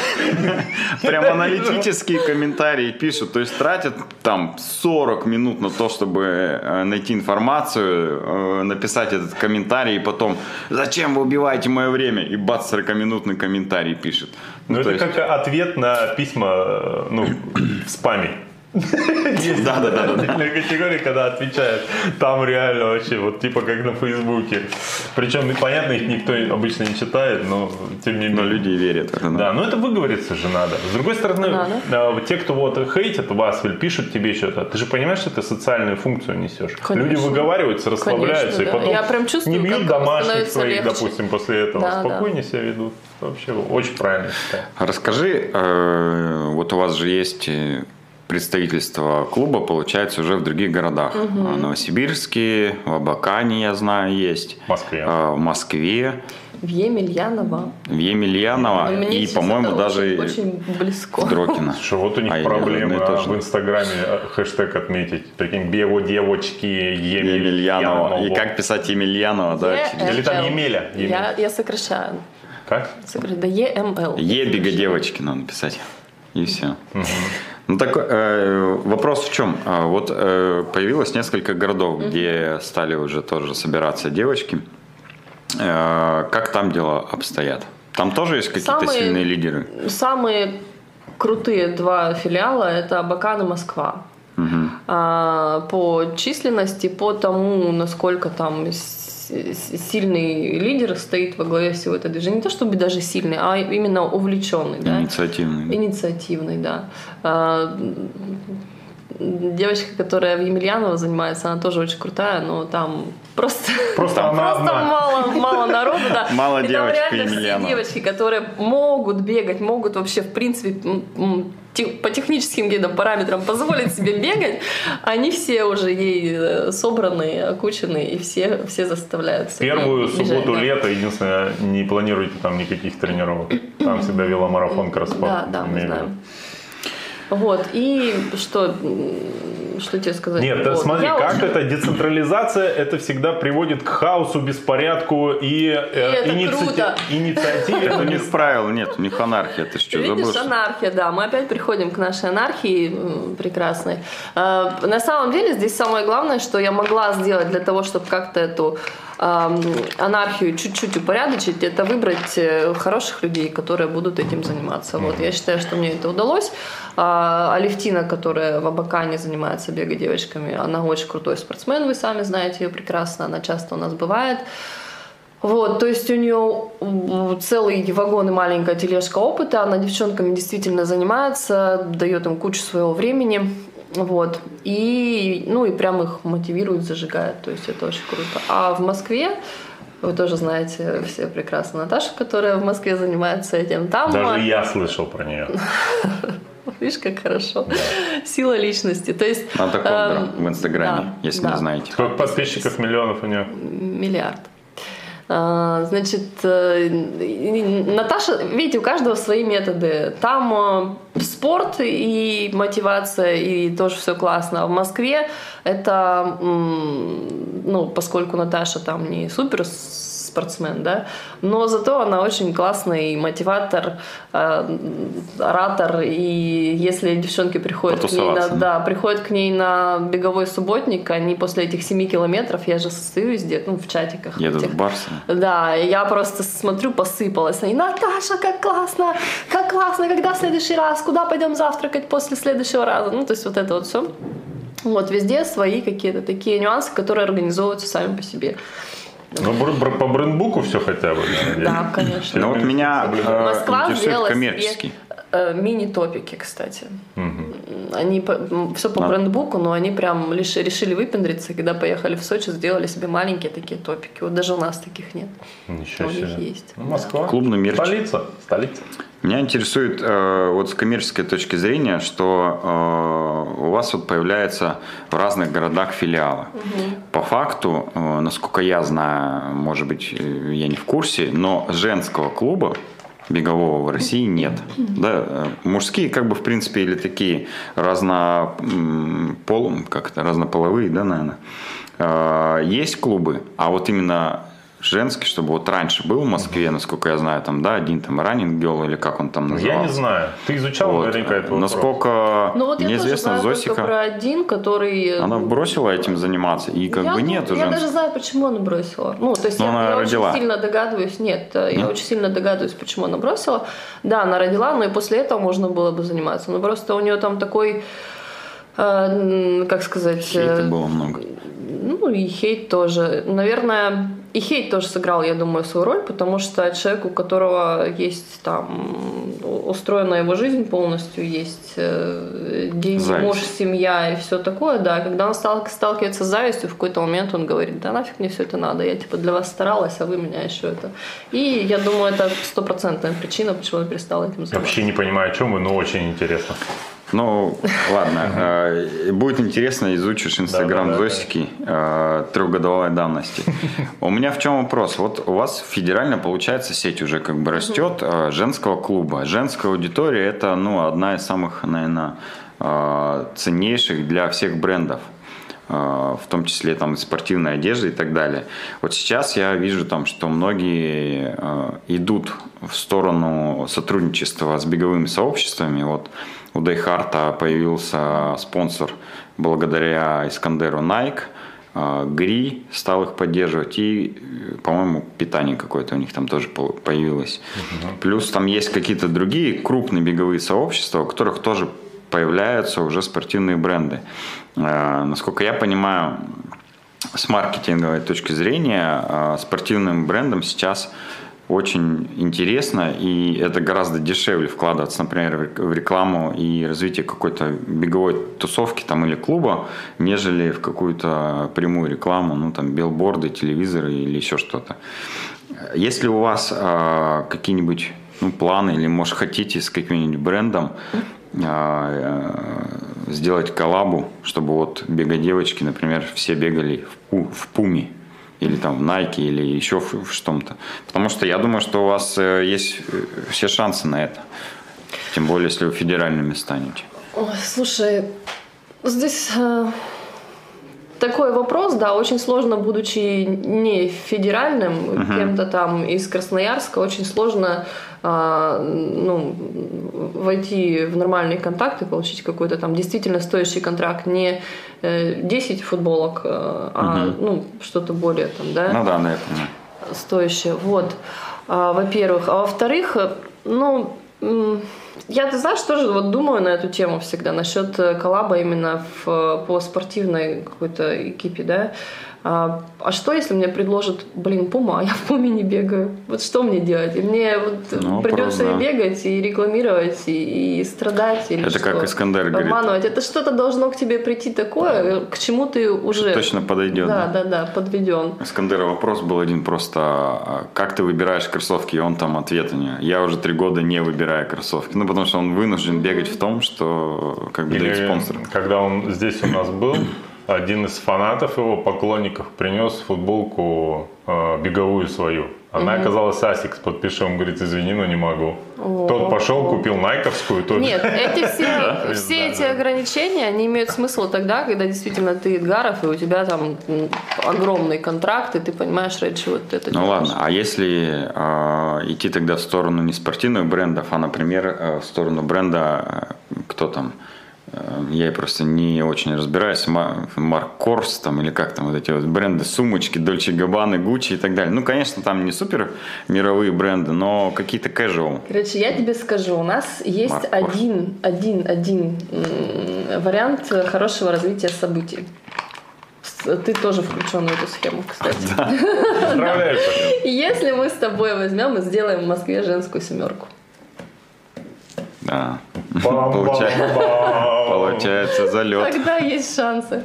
прям аналитические комментарии пишут, то есть тратят там сорок минут на то, чтобы э, найти информацию, э, написать этот комментарий, и потом «Зачем вы убиваете мое время?» И бац, сорокаминутный комментарий пишет. Ну, это то есть- как ответ на письма, э, ну, в спаме. Есть Да, да, да, да. отдельная категория, когда отвечают. Там реально вообще, вот типа как на Фейсбуке. Причем, понятно, их никто обычно не читает, но тем не менее. Но люди верят. Это, да. Да, но это выговориться же надо. С другой стороны, Надо. э, те, кто вот хейтят вас или пишут тебе что-то, ты же понимаешь, что ты социальную функцию несешь. Конечно. Люди выговариваются, расслабляются, Конечно, и да. потом Я прям чувствую, не бьют как домашних становится своих, легче. допустим, после этого. Да, Спокойнее себя ведут. Вообще очень правильно считаю. Расскажи, э, вот у вас же есть э, представительство клуба, получается, уже в других городах. В Новосибирске, в Абакане, я знаю, есть. В Москве. э, В Москве, В Емельяново. в Емельяново Мне и, сейчас по-моему, это даже очень, очень близко. в Дрокино. Что вот у них А, проблемы ну, а, точно. в Инстаграме а, хэштег отметить. Прикинь, Бево девочки, Емельянова. Емельянова. И как писать Емельянова, да? Е- Или там Эл. Емеля, Емеля. Я, я сокращаю. Как? Сокращаю. Да Е М Л. Ебега девочки надо написать. И все. Ну, такой э, вопрос в чем? А, Вот э, появилось несколько городов, где стали уже тоже собираться девочки. Э, как там дела обстоят? Там тоже есть какие-то Самые- сильные лидеры? Самые крутые два филиала – это Абакан и Москва. Мгм. А, по численности, по тому, насколько там с- с- сильный лидер стоит во главе всего этого движения. Не то чтобы даже сильный, а именно увлеченный. Да? Инициативные. Инициативный, да. А, девочка, которая в Емельяново занимается, она тоже очень крутая, но там просто, Просто там она просто одна. мало, мало народу, да. Мало И там девочек реально все Емельянова. девочки, которые могут бегать, могут вообще, в принципе, м, м, те- по техническим каким-то параметрам позволить себе бегать, они все уже ей э, собраны, окучены, и все, все заставляют себя Первую бежать, субботу да. лета, единственное, не планируйте там никаких тренировок. Там всегда веломарафон Краспорт. Да, да, мы знаем. Вот, и что, м, что тебе сказать? Нет, да, Вот. смотри, Я как очень- это децентрализация, это всегда приводит к хаосу, беспорядку и, э, это иници- круто. инициативе. У но не них правил нет, у них анархия. Ты что, Видишь, забыл? что- анархия, да. Мы опять приходим к нашей анархии м, прекрасной. Э, На самом деле здесь самое главное, что я могла сделать для того, чтобы как-то эту эм, анархию чуть-чуть упорядочить, это выбрать э, хороших людей, которые будут этим заниматься. Вот. Я считаю, что мне это удалось. А Алевтина, которая в Абакане занимается бегой девочками, она очень крутой спортсмен, вы сами знаете ее прекрасно, она часто у нас бывает. Вот, то есть у нее целый вагон и маленькая тележка опыта, она девчонками действительно занимается, дает им кучу своего времени, вот, и, ну, и прям их мотивирует, зажигает, то есть это очень круто. А в Москве, вы тоже знаете все прекрасно Наташу, которая в Москве занимается этим, там... Даже я слышал про нее. Видишь, как хорошо. Да. Сила личности. То есть, Надо эм, в Инстаграме, да, если да. не знаете. Сколько подписчиков, миллионов у нее? Миллиард. Значит, Наташа, видите, у каждого свои методы. Там спорт и мотивация, и тоже все классно. А в Москве это, ну, поскольку Наташа там не супер спортсмен, да, но зато она очень классный мотиватор, э, оратор, и если девчонки приходят к, ней на, да, приходят к ней на беговой субботник, они после этих семи километров, я же состою везде, ну, в чатиках. Едут в Барсы. Да, я просто смотрю, посыпалась. Они: Наташа, как классно, как классно, когда в следующий раз, куда пойдем завтракать после следующего раза? Ну, то есть вот это вот все. Вот, везде свои какие-то такие нюансы, которые организовываются сами по себе. Ну, по брендбуку все хотя бы. Да, конечно. Ну, вот меня э, Москва интересует коммерческий. Э, мини-топики, кстати. Угу. Они по, все по а. брендбуку, но они прям лишь решили выпендриться, когда поехали в Сочи, сделали себе маленькие такие топики. Вот даже у нас таких нет. Ничего себе. У них есть. Ну, Москва. Клубный мерч. Столица. Столица. Меня интересует э, вот с коммерческой точки зрения, что э, у вас вот появляется в разных городах филиалы. Угу. По факту, э, насколько я знаю, может быть, я не в курсе, но женского клуба бегового в России нет. Да, мужские, как бы, в принципе, или такие разнопол, как это, разнополовые, да, наверное, э, есть клубы, а вот именно женский, чтобы вот раньше был в Москве, насколько я знаю, там, да, один там Running Girl, или как он там назывался. Я не знаю. Ты изучал вот. Наверняка это вопрос. Насколько ну, вот мне известно, Зосика, про один, который... она бросила этим заниматься, и как я, бы нету Я женского. Даже знаю, почему она бросила. Ну, то есть но я, я очень сильно догадываюсь, нет, нет, я очень сильно догадываюсь, почему она бросила. Да, она родила, но и после этого можно было бы заниматься. Но просто у нее там такой, э, как сказать... Хейта было много. Ну, и хейт тоже. Наверное, и хейт тоже сыграл, я думаю, свою роль, потому что человек, у которого есть там устроена его жизнь полностью, есть деньги, зависть. Муж, семья и все такое, да, когда он стал, сталкивается с завистью, в какой-то момент он говорит: да нафиг мне все это надо, я типа для вас старалась, а вы меня еще это. И я думаю, это стопроцентная причина, почему я перестала этим заниматься. Вообще не понимаю, о чем вы, но очень интересно. Ну, ладно. Будет интересно, изучишь Инстаграм да, да, Зосики да. трехгодовалой давности. У меня в чем вопрос? Вот у вас федерально, получается, сеть уже как бы растет женского клуба. Женская аудитория – это, ну, одна из самых, наверное, ценнейших для всех брендов. В том числе там и спортивная одежда и так далее. Вот сейчас я вижу там, что многие идут в сторону сотрудничества с беговыми сообществами. Вот у Дайхарта появился спонсор благодаря Искандеру Nike. Гри стал их поддерживать. И, по-моему, питание какое-то у них там тоже появилось. Uh-huh. Плюс там есть какие-то другие крупные беговые сообщества, у которых тоже появляются уже спортивные бренды. Насколько я понимаю, с маркетинговой точки зрения, спортивным брендам сейчас очень интересно, и это гораздо дешевле вкладываться, например, в рекламу и развитие какой-то беговой тусовки там, или клуба, нежели в какую-то прямую рекламу, ну там билборды, телевизоры или еще что-то. Есть ли у вас а, какие-нибудь ну, планы, или, может, хотите с каким-нибудь брендом а, сделать коллабу, чтобы вот бега-девочки, например, все бегали в, пу- в Пуме? Или там в Nike, или еще в, в что-то. Потому что я думаю, что у вас есть все шансы на это. Тем более, если вы федеральными станете. Ой, слушай, здесь э, такой вопрос, да, очень сложно, будучи не федеральным, uh-huh. кем-то там из Красноярска, очень сложно э, ну, войти в нормальные контакты, получить какой-то там действительно стоящий контракт, не десять футболок, а угу. ну, что-то более там, да? Ну да, да, я понимаю. Стоящее. Вот. А, во-первых. А во-вторых, ну, я, ты знаешь, тоже вот думаю на эту тему всегда, насчет коллаба именно в, по спортивной какой-то экипе, да? А, а что, если мне предложат, блин, Пума, а я в Пуме не бегаю? Вот что мне делать? И мне вот ну, придется просто, и бегать, и рекламировать, и, и страдать, или это что? Как Искандер говорит. Обманывать. Это что-то должно к тебе прийти такое, к чему ты уже... Точно подойдет. Да, да, да, да, подведен. Искандера вопрос был один просто, как ты выбираешь кроссовки? И он там ответ у него: я уже три года не выбираю кроссовки. Ну, Ну, потому что он вынужден бегать в том, что как бы дают спонсоры. Когда он здесь у нас был, один из фанатов его, поклонников, принес футболку э, беговую свою. Она угу. оказалась Asics, подпиши, он говорит, извини, но не могу. О, тот пошел, о. купил найковскую. Тот... Нет, эти все, все эти ограничения, они имеют смысл тогда, когда действительно ты Эдгаров, и у тебя там огромный контракт, и ты понимаешь, ради чего ты это Ну делаешь. ладно, а если э, идти тогда в сторону не спортивных брендов, а, например, э, в сторону бренда, э, кто там, я просто не очень разбираюсь, Марк Корс там или как там вот эти вот бренды, сумочки, Дольче Габбаны, Гуччи и так далее. Ну, конечно, там не супер мировые бренды, но какие-то casual. Короче, я тебе скажу, у нас есть Марк один, один, один вариант хорошего развития событий. Ты тоже включен в эту схему, кстати. Поздравляю. Если мы с тобой возьмем и сделаем в Москве женскую семерку. Да. Получается, получается залет. Тогда есть шансы.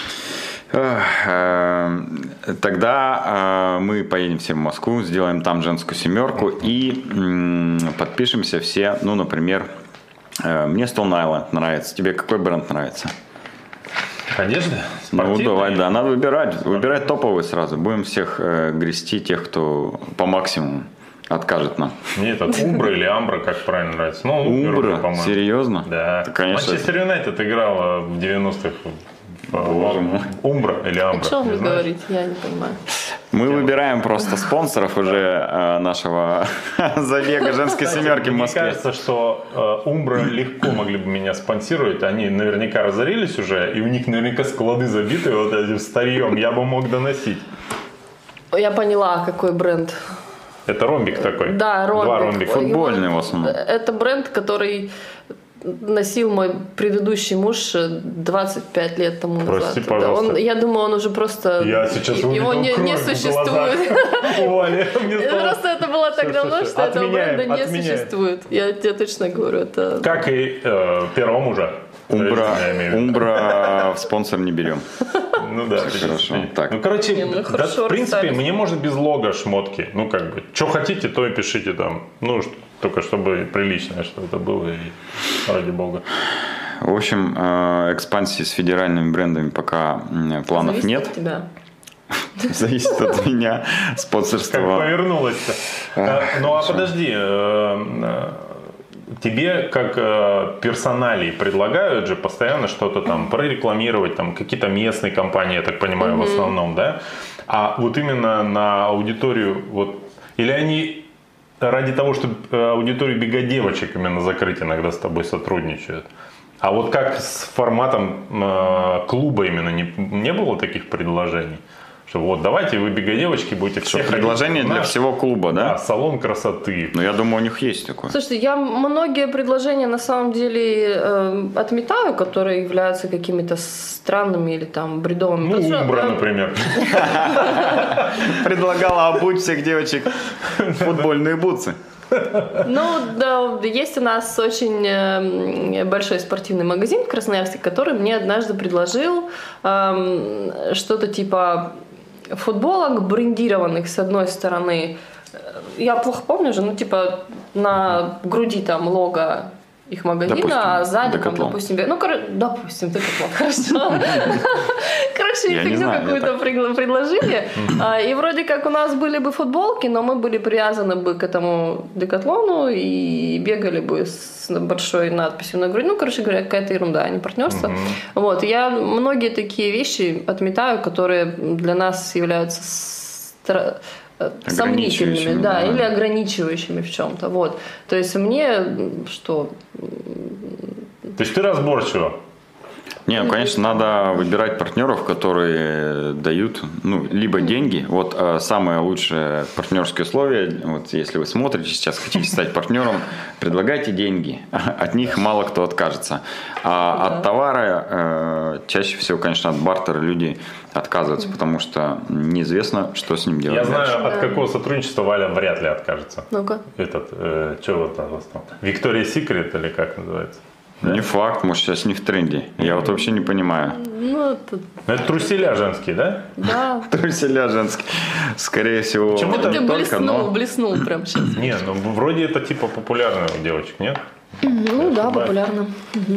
Тогда мы поедем все в Москву, сделаем там женскую семерку и подпишемся все, ну, например, мне Stone Island нравится. Тебе какой бренд нравится? Одежда? Ну, давай, да, надо выбирать. Выбирать топовые сразу. Будем всех грести, тех, кто по максимуму откажет нам. Мне этот Умбра или Амбра, как правильно нравится. Ну, Умбра, по-моему. Серьезно? Да. Это, конечно. Манчестер Юнайтед играла в девяностых. Умбра или Амбра? О чем вы говорите? Я не понимаю. Мы выбираем просто спонсоров уже э, нашего забега женской семерки в Москве. Мне кажется, что э, Умбра легко могли бы меня спонсировать. Они наверняка разорились уже, и у них наверняка склады забиты вот этим старьем. Я бы мог доносить. Я поняла, какой бренд. Это ромбик такой. Да, ромбик. Два ромбика. Футбольный в основном. Это бренд, который носил мой предыдущий муж двадцать пять лет тому Прости, назад. пожалуйста. Он, я думаю, он уже просто... Я сейчас его не, не существует. Оля, просто это было так давно, что этого бренда не отменяем. существует. Я тебе точно говорю. Это... Как и э, первого мужа. Умбра, Умбра в спонсор не берем. Ну да, хорошо. Так. Ну, короче, Не, ну, да, хорошо в принципе, расстались. мне может без лога шмотки. Ну, как бы, что хотите, то и пишите там. Ну, что, только чтобы приличное, что это было, и ради бога. В общем, э, экспансии с федеральными брендами пока планов Зависит нет. от тебя. Зависит от меня. Спонсорство. Как повернулось-то. Ну, а подожди, тебе как э, персоналии предлагают же постоянно что-то там прорекламировать, там какие-то местные компании, я так понимаю, mm-hmm. в основном, да? А вот именно на аудиторию, вот, или они ради того, чтобы аудиторию бега-девочек именно закрыть, иногда с тобой сотрудничают? А вот как с форматом э, клуба именно не, не было таких предложений? Что вот давайте вы бега-девочки будете все предложение для всего клуба, да? Да, салон красоты. Ну, я думаю, у них есть такое. Слушайте, я многие предложения на самом деле э, отметаю, которые являются какими-то странными или там бредовыми. Ну, Потому Умбра, что, э, например. Предлагала обуть всех девочек в футбольные бутсы. Ну, да, есть у нас очень э, большой спортивный магазин в Красноярске, который мне однажды предложил э, что-то типа футболок брендированных с одной стороны. Я плохо помню уже, ну типа на груди там лого их магазина, допустим, а сзади Decathlon. там, допустим, ну, кор- допустим, Decathlon, хорошо. Короче, фигню какую-то предложили. И вроде как у нас были бы футболки, но мы были привязаны бы к этому Декатлону и бегали бы с большой надписью на груди. Ну, короче говоря, какая-то ерунда, а не партнерство. Вот, я многие такие вещи отметаю, которые для нас являются стра- сомнительными, да, да, или ограничивающими в чем-то. Вот. То есть мне что? То есть ты разборчива? Не, ну, конечно, надо выбирать партнеров, которые дают, ну, либо деньги. Вот э, самое лучшее партнерские условия, вот если вы смотрите сейчас, хотите стать партнером, предлагайте деньги. От них мало кто откажется. А да. От товара э, чаще всего, конечно, от бартера люди отказываются, потому что неизвестно, что с ним делать. Я дальше. знаю, от какого сотрудничества Валя вряд ли откажется. Ну-ка. Этот, э, что вот у вас там? Victoria's Secret или как называется? Да? Не факт, может, сейчас не в тренде. Я вот вообще не понимаю. Ну, это... это труселя женские, да? Да. Труселя женские. Скорее всего, почему ты только, блеснул, но... блеснул прям сейчас. Не, ну вроде это типа популярно у девочек, нет? Ну да, популярно. Угу.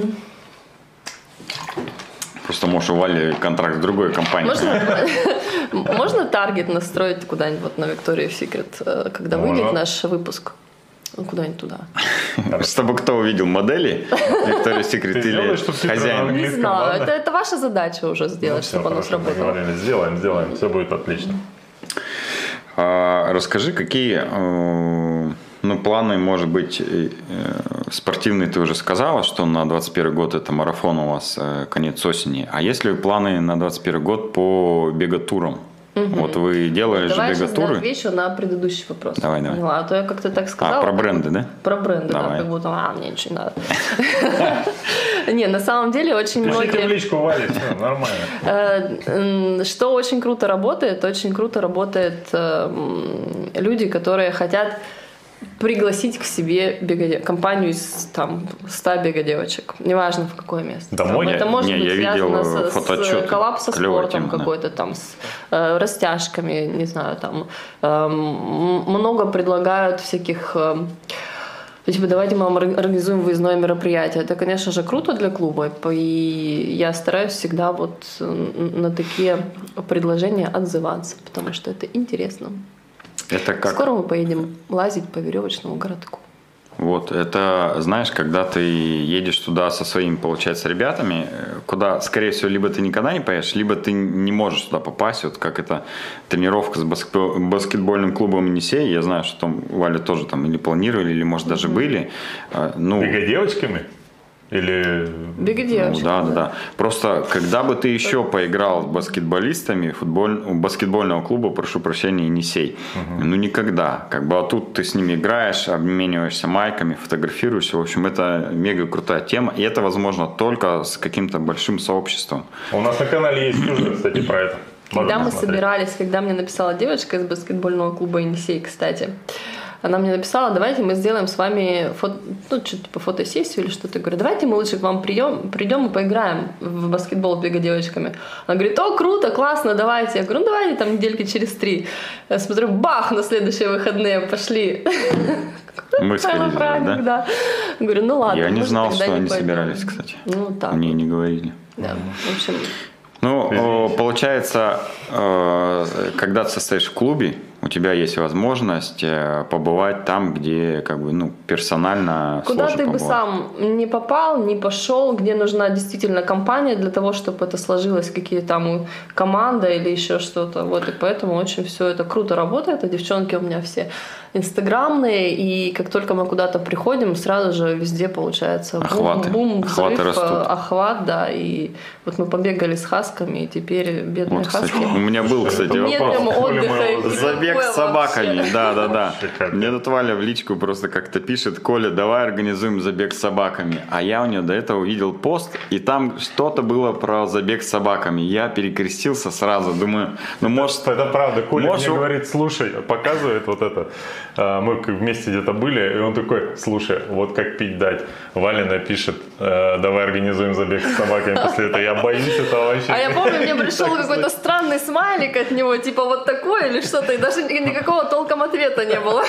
Просто, может, у Вали контракт с другой компанией. Можно, можно таргет настроить куда-нибудь вот на Victoria's Secret, когда Можно. выйдет наш выпуск? Ну, куда-нибудь туда. Чтобы кто увидел модели Victoria's Secret или хозяин? Не знаю, это, это ваша задача уже сделать, ну, чтобы оно сработало. Сделаем, сделаем, все будет отлично. А, расскажи, какие ну, планы, может быть, спортивные ты уже сказала, что на двадцать первый год это марафон у вас конец осени. А есть ли планы на двадцать первый год по беготурам? Угу. Вот вы делали давай же беготуры. Давай я отвечу на предыдущий вопрос. Давай, давай. Поняла. А то я как-то так сказала. А, про бренды, да? Про бренды, давай. Да, как будто, а, мне ничего не надо. Не, на самом деле очень многие... Пишите в личку, Валя, все нормально. Что очень круто работает, очень круто работает люди, которые хотят пригласить к себе бегоде... компанию из там, ста бегодевочек. Неважно, в какое место. Домой? Там, это может не, быть связано с, с коллапс со спортом тема, какой-то, да. Там, с э, растяжками, не знаю, там. Э, много предлагают всяких... Э, типа, давайте мы вам организуем выездное мероприятие. Это, конечно же, круто для клуба. И я стараюсь всегда вот на такие предложения отзываться, потому что это интересно. Это как... Скоро мы поедем лазить по веревочному городку. Вот, это, знаешь, когда ты едешь туда со своими, получается, ребятами, куда, скорее всего, либо ты никогда не поедешь, либо ты не можешь туда попасть, вот как это тренировка с баскетбольным клубом «Енисей», я знаю, что там Валя тоже там или планировали, или, может, даже mm-hmm. были. Ну, бегодевочками? Или... Бегодевочки. Ну, да, да, да. Просто, когда бы ты еще поиграл с баскетболистами футболь... у баскетбольного клуба, прошу прощения, «Енисей», угу. ну никогда. Как бы, а тут ты с ними играешь, обмениваешься майками, фотографируешься. В общем, это мега крутая тема. И это возможно только с каким-то большим сообществом. У нас на канале есть сюжет, кстати, про это. Можно когда мы посмотреть. собирались, когда мне написала девочка из баскетбольного клуба «Енисей», кстати, она мне написала, давайте мы сделаем с вами фото, ну, что-то типа фотосессию или что-то. Я говорю, давайте мы лучше к вам придем, придем и поиграем в баскетбол с бегодевочками. Она говорит, о, круто, классно, давайте. Я говорю, ну давайте там недельки через три. Я смотрю, бах, на следующие выходные пошли. Мы сходили, да? да? Говорю, ну ладно. Я не знал, что они пойдем. собирались, кстати. Ну так. Мне не говорили. Да, в общем... Ну, получается, когда ты состоишь в клубе, у тебя есть возможность побывать там, где как бы, ну, персонально куда сложно ты побывать. бы сам не попал, не пошел, где нужна действительно компания для того, чтобы это сложилось, какие там команда или еще что-то. Вот, и поэтому очень все это круто работает. А девчонки у меня все инстаграмные, и как только мы куда-то приходим, сразу же везде получается бум, Охваты. бум, Охваты взрыв, растут. охват, да. И вот мы побегали с хасками, и теперь бедные Вот, кстати, хаски. у меня был, кстати, Нет вопрос. прямо отдыха и Забег с собаками, вообще. да, да, да. Мне тут Валя в личку просто как-то пишет, Коля, давай организуем забег с собаками. А я у нее до этого увидел пост, и там что-то было про забег с собаками. Я перекрестился сразу, думаю, ну может... Это правда, Коля может... мне говорит, слушай, показывает вот это, мы вместе где-то были, и он такой, слушай, вот как пить дать. Валя напишет, давай организуем забег с собаками после этого. Я боюсь этого вообще. А я помню, мне пришел какой-то странный смайлик от него, типа вот такой или что-то, и даже никакого толком ответа не было.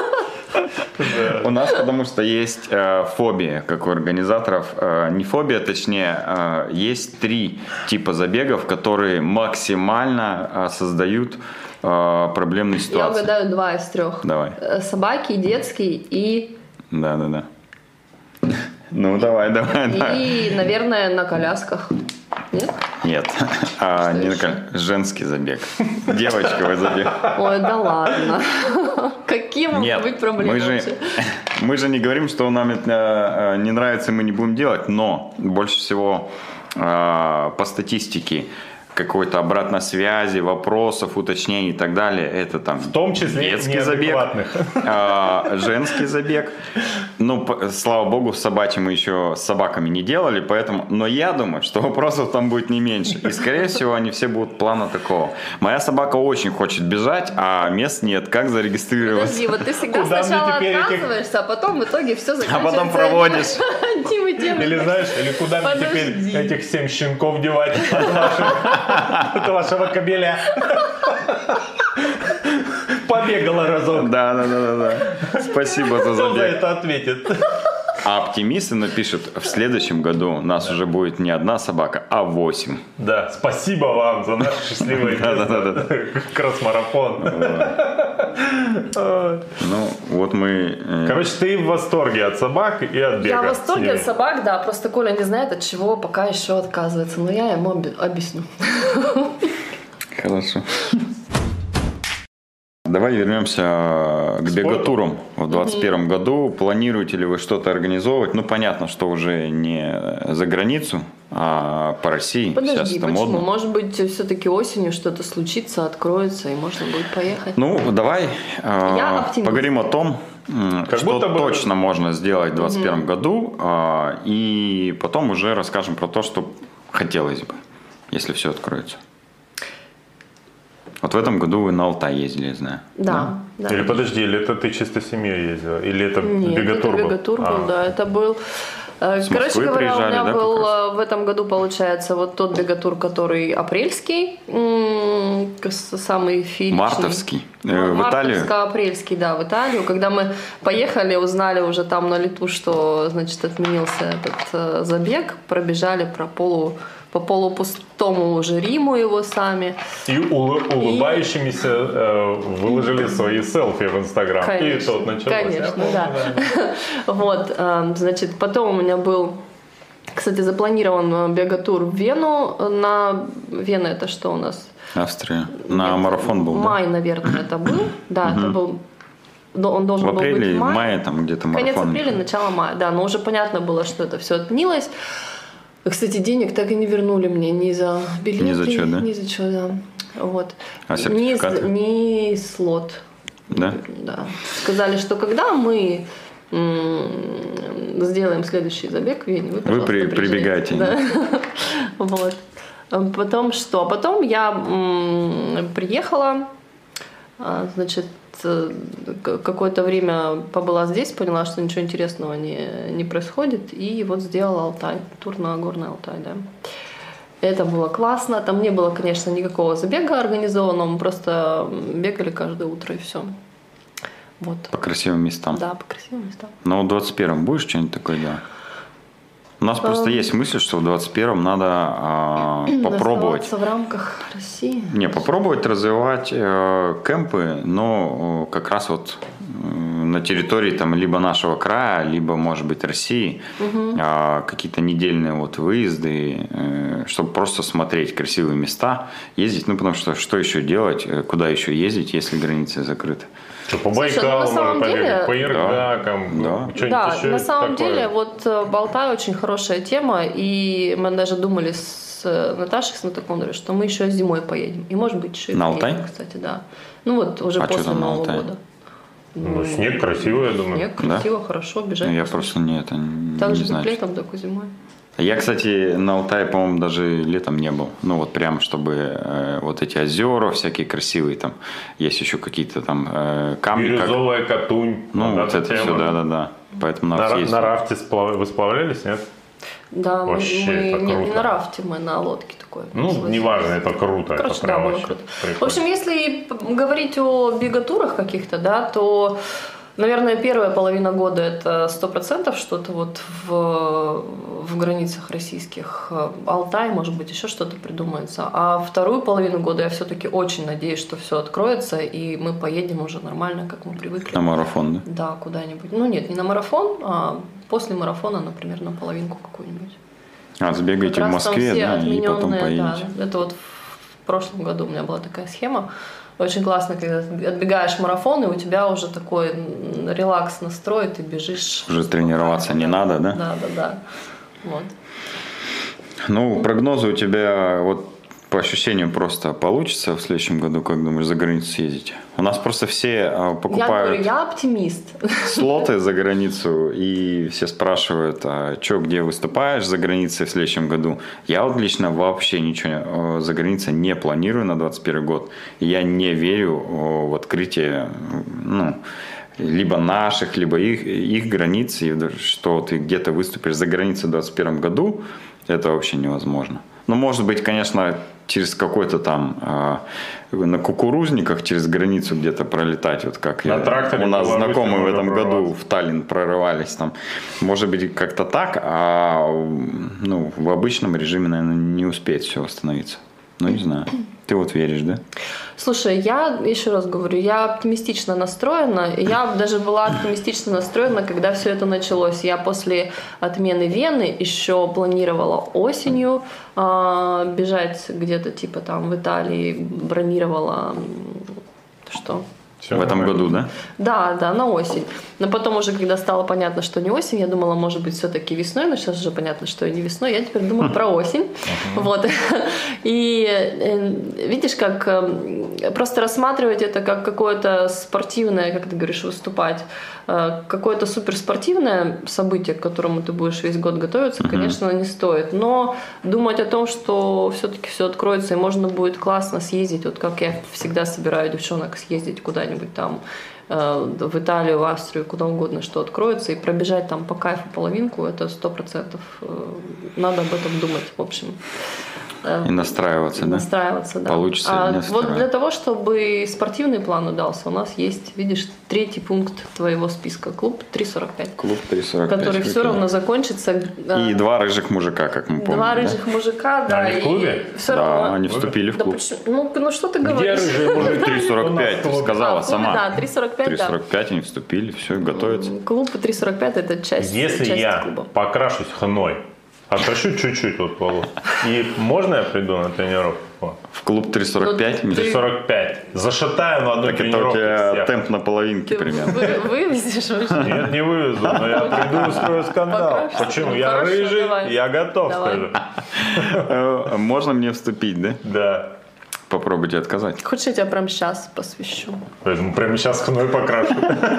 У нас потому что есть э, фобия, как у организаторов. Э, не фобия, точнее, э, есть три типа забегов, которые максимально э, создают э, проблемные ситуации. Я угадаю два из трех. Давай. Собаки, детский и... Да-да-да. Ну, давай, давай, давай. И, наверное, на колясках. Нет? Нет. А, не на кол... Женский забег. Девочковый забег. Ой, да ладно. Какие могут быть проблемы мы же, вообще? мы же не говорим, что нам это не нравится, и мы не будем делать, но больше всего по статистике какой-то обратной связи, вопросов, уточнений и так далее, это там в том числе детский забег, а, женский забег. Ну, по, слава богу, собачьи мы еще с собаками не делали, поэтому, но я думаю, что вопросов там будет не меньше. И, скорее всего, они все будут плана такого. Моя собака очень хочет бежать, а мест нет. Как зарегистрироваться? Подожди, вот ты всегда Куда сначала отказываешься, этих... а потом в итоге все заканчивается. А потом проводишь. Или знаешь, или куда мне теперь этих семь щенков девать от вашего кобеля? Побегала разок. Да, да, да, да. Спасибо за забег. Кто за это ответит? А А оптимисты напишут, в следующем году у нас уже будет не одна собака, а восемь. Да, спасибо вам за наше счастливое детство. Кросс-марафон. Ну, вот мы... Короче, ты в восторге от собак и от бега. Я в восторге от собак, да. Просто Коля не знает, от чего пока еще отказывается. Но я ему объясню. Хорошо. Давай вернемся к беготурам в двадцать первом году. Планируете ли вы что-то организовывать? Ну, понятно, что уже не за границу, а по России. Подожди, сейчас это почему? модно. Может быть, все-таки осенью что-то случится, откроется, и можно будет поехать. Ну, давай Я э, поговорим о том, как что будто бы... точно можно сделать в двадцать первом году, э, и потом уже расскажем про то, что хотелось бы, если все откроется. Вот в этом году вы на Алтай ездили, я знаю. Да. да? Или подожди, или это ты чисто семьей ездила? Или это Нет, беготур это был? беготур был, А. да. Это был... С Короче Москвы говоря, у приезжали, меня да, был как раз? в этом году, получается, вот тот беготур, который апрельский, самый фееричный. Мартовский. Э, в Италию? Мартовско-апрельский, да, в Италию. Когда мы поехали, узнали уже там на лету, что, значит, отменился этот забег, пробежали про полу, по полупустому уже Риму его сами. И улыбающимися э, выложили свои селфи в Инстаграм. Конечно, и тот началось. Конечно, да. Вот, значит, потом у меня был, кстати, запланирован беготур в Вену. На Вена это что у нас? Австрия. На марафон был, да? Май, наверное, это был. Да, это был. Он должен в был быть апреле, в мае. мае там где-то марафон. Конец апреля, начало мая. Да, но уже понятно было, что это все отменилось. Кстати, денег так и не вернули мне ни за билеты, ни за что, да? Ни за что, да. Вот. А сертификаты? Ни, ни слот. Да? Да. Сказали, что когда мы м- сделаем следующий забег в Вене, вы, Вы при, прибегаете. Да. Вот. Потом что? Потом я м- приехала, значит, какое-то время побыла здесь, поняла, что ничего интересного не, не происходит, и вот сделала Алтай, тур на Горный Алтай, да. Это было классно, там не было, конечно, никакого забега организованного, мы просто бегали каждое утро и все. Вот. По красивым местам. Да, по красивым местам. Но в двадцать первом будешь что-нибудь такое делать? У нас просто есть мысль, что в двадцать первом надо а, попробовать. Оставаться в рамках России. Не, попробовать развивать э, кемпы, но э, как раз вот э, на территории там либо нашего края, либо, может быть, России, угу. э, какие-то недельные вот выезды, э, чтобы просто смотреть красивые места, ездить, ну потому что что еще делать, куда еще ездить, если границы закрыты. Что, по Байкалу можно побегать, по Иргакам, да. что-нибудь да, еще на самом такое. деле, вот Алтай очень хорошая тема, и мы даже думали с Наташей, с Натакондой, что мы еще зимой поедем. И, может быть, еще и на поедем, Алтай? Кстати, да. Ну вот, уже а после Нового года. Ну, снег красивый, я думаю. Снег красиво, да? хорошо, бежать. Я просто не, это, не так же, знаю. как летом, так и зимой. Я, кстати, на Алтае, по-моему, даже летом не был. Ну, вот прям, чтобы э, вот эти озера всякие красивые, там есть еще какие-то там э, камни. Бирюзовая как... Катунь. Ну, вот это тема. все, да-да-да. Поэтому на, на, на рафте сплав... вы сплавлялись, нет? Да, вообще, мы это не, круто. не на рафте, мы на лодке такой. Ну, неважно, это круто. Короче, это да, прям было вообще круто. прикольно. В общем, если говорить о беготурах каких-то, да, то, наверное, первая половина года это сто процентов что-то вот в, в границах российских. Алтай, может быть, еще что-то придумается. А вторую половину года я все-таки очень надеюсь, что все откроется, и мы поедем уже нормально, как мы привыкли. На марафон, да? Да, куда-нибудь. Ну нет, не на марафон, а после марафона, например, на половинку какую-нибудь. А, сбегаете в Москве, да, и потом поедете. Да, это вот в прошлом году у меня была такая схема. Очень классно, когда отбегаешь марафон, и у тебя уже такой релакс настрой, ты бежишь. Уже тренироваться не надо, да? Да, да, да. Вот. Ну, прогнозы у тебя вот по ощущениям просто получится в следующем году, как думаешь, за границу съездить? У нас просто все покупают я говорю, я оптимист. слоты за границу, и все спрашивают, а что, где выступаешь за границей в следующем году? Я вот лично вообще ничего за границей не планирую на двадцать первый год. Я не верю в открытие, ну, либо наших, либо их, их границ, и что ты где-то выступишь за границей в двадцать первом году, это вообще невозможно. Ну, может быть, конечно, через какой-то там э, на кукурузниках через границу где-то пролетать, вот как на я, тракторе у нас знакомые в этом прорваться. году в Таллин прорывались там. Может быть, как-то так, а ну, в обычном режиме, наверное, не успеет все остановиться. Ну, не знаю. Ты вот веришь, да? Слушай, я еще раз говорю, я оптимистично настроена. Я даже была оптимистично настроена, когда все это началось. Я после отмены Вены еще планировала осенью э, бежать где-то типа там в Италии, бронировала что? Все в этом году, да? Да, да, на осень. Но потом уже, когда стало понятно, что не осень, я думала, может быть, все-таки весной, но сейчас уже понятно, что и не весной, я теперь думаю про осень. Вот. И видишь, как просто рассматривать это как какое-то спортивное, как ты говоришь, выступать, какое-то суперспортивное событие, к которому ты будешь весь год готовиться, конечно, не стоит. Но думать о том, что все-таки все откроется и можно будет классно съездить, вот как я всегда собираю девчонок съездить куда-нибудь там в Италию, в Австрию, куда угодно, что откроется, и пробежать там по кайфу половинку, это сто процентов надо об этом думать, в общем. И настраиваться, и да? Настраиваться, да. Получится а или вот для того, чтобы спортивный план удался, у нас есть, видишь, третий пункт твоего списка. Клуб три сорок пять. Клуб три сорок пять. Который все равно закончится. И два рыжих мужика, как мы помним. Два да? рыжих мужика, да. Они в клубе? И все Да, равно... они вступили в Да клуб. почему? Ну, ну что ты Где говоришь? рыжие мужики? три сорок пять, ты сказала А, в клубе, сама. да, три сорок пять, три да. сорок пять они вступили, все, готовятся. Клуб три сорок пять это часть, Если часть я клуба. покрашусь хной, отращу чуть-чуть вот волос, и можно я приду на тренировку? В клуб три сорок пять? Ну, ты- три сорок пять. Зашатаю на одной Так это у тренировке тебя всех. темп на половинке Ты примерно. вы- вывезешь вообще? Нет, не вывезу, но я приду и устрою скандал. Покрасишься? Почему? Ну, Я хорошо, рыжий, давай. я готов, Давай. скажу. Э, Можно мне вступить, да? Да. Попробуйте отказать. Хочешь, я тебя прямо сейчас посвящу? Поэтому прямо сейчас хной покрашу.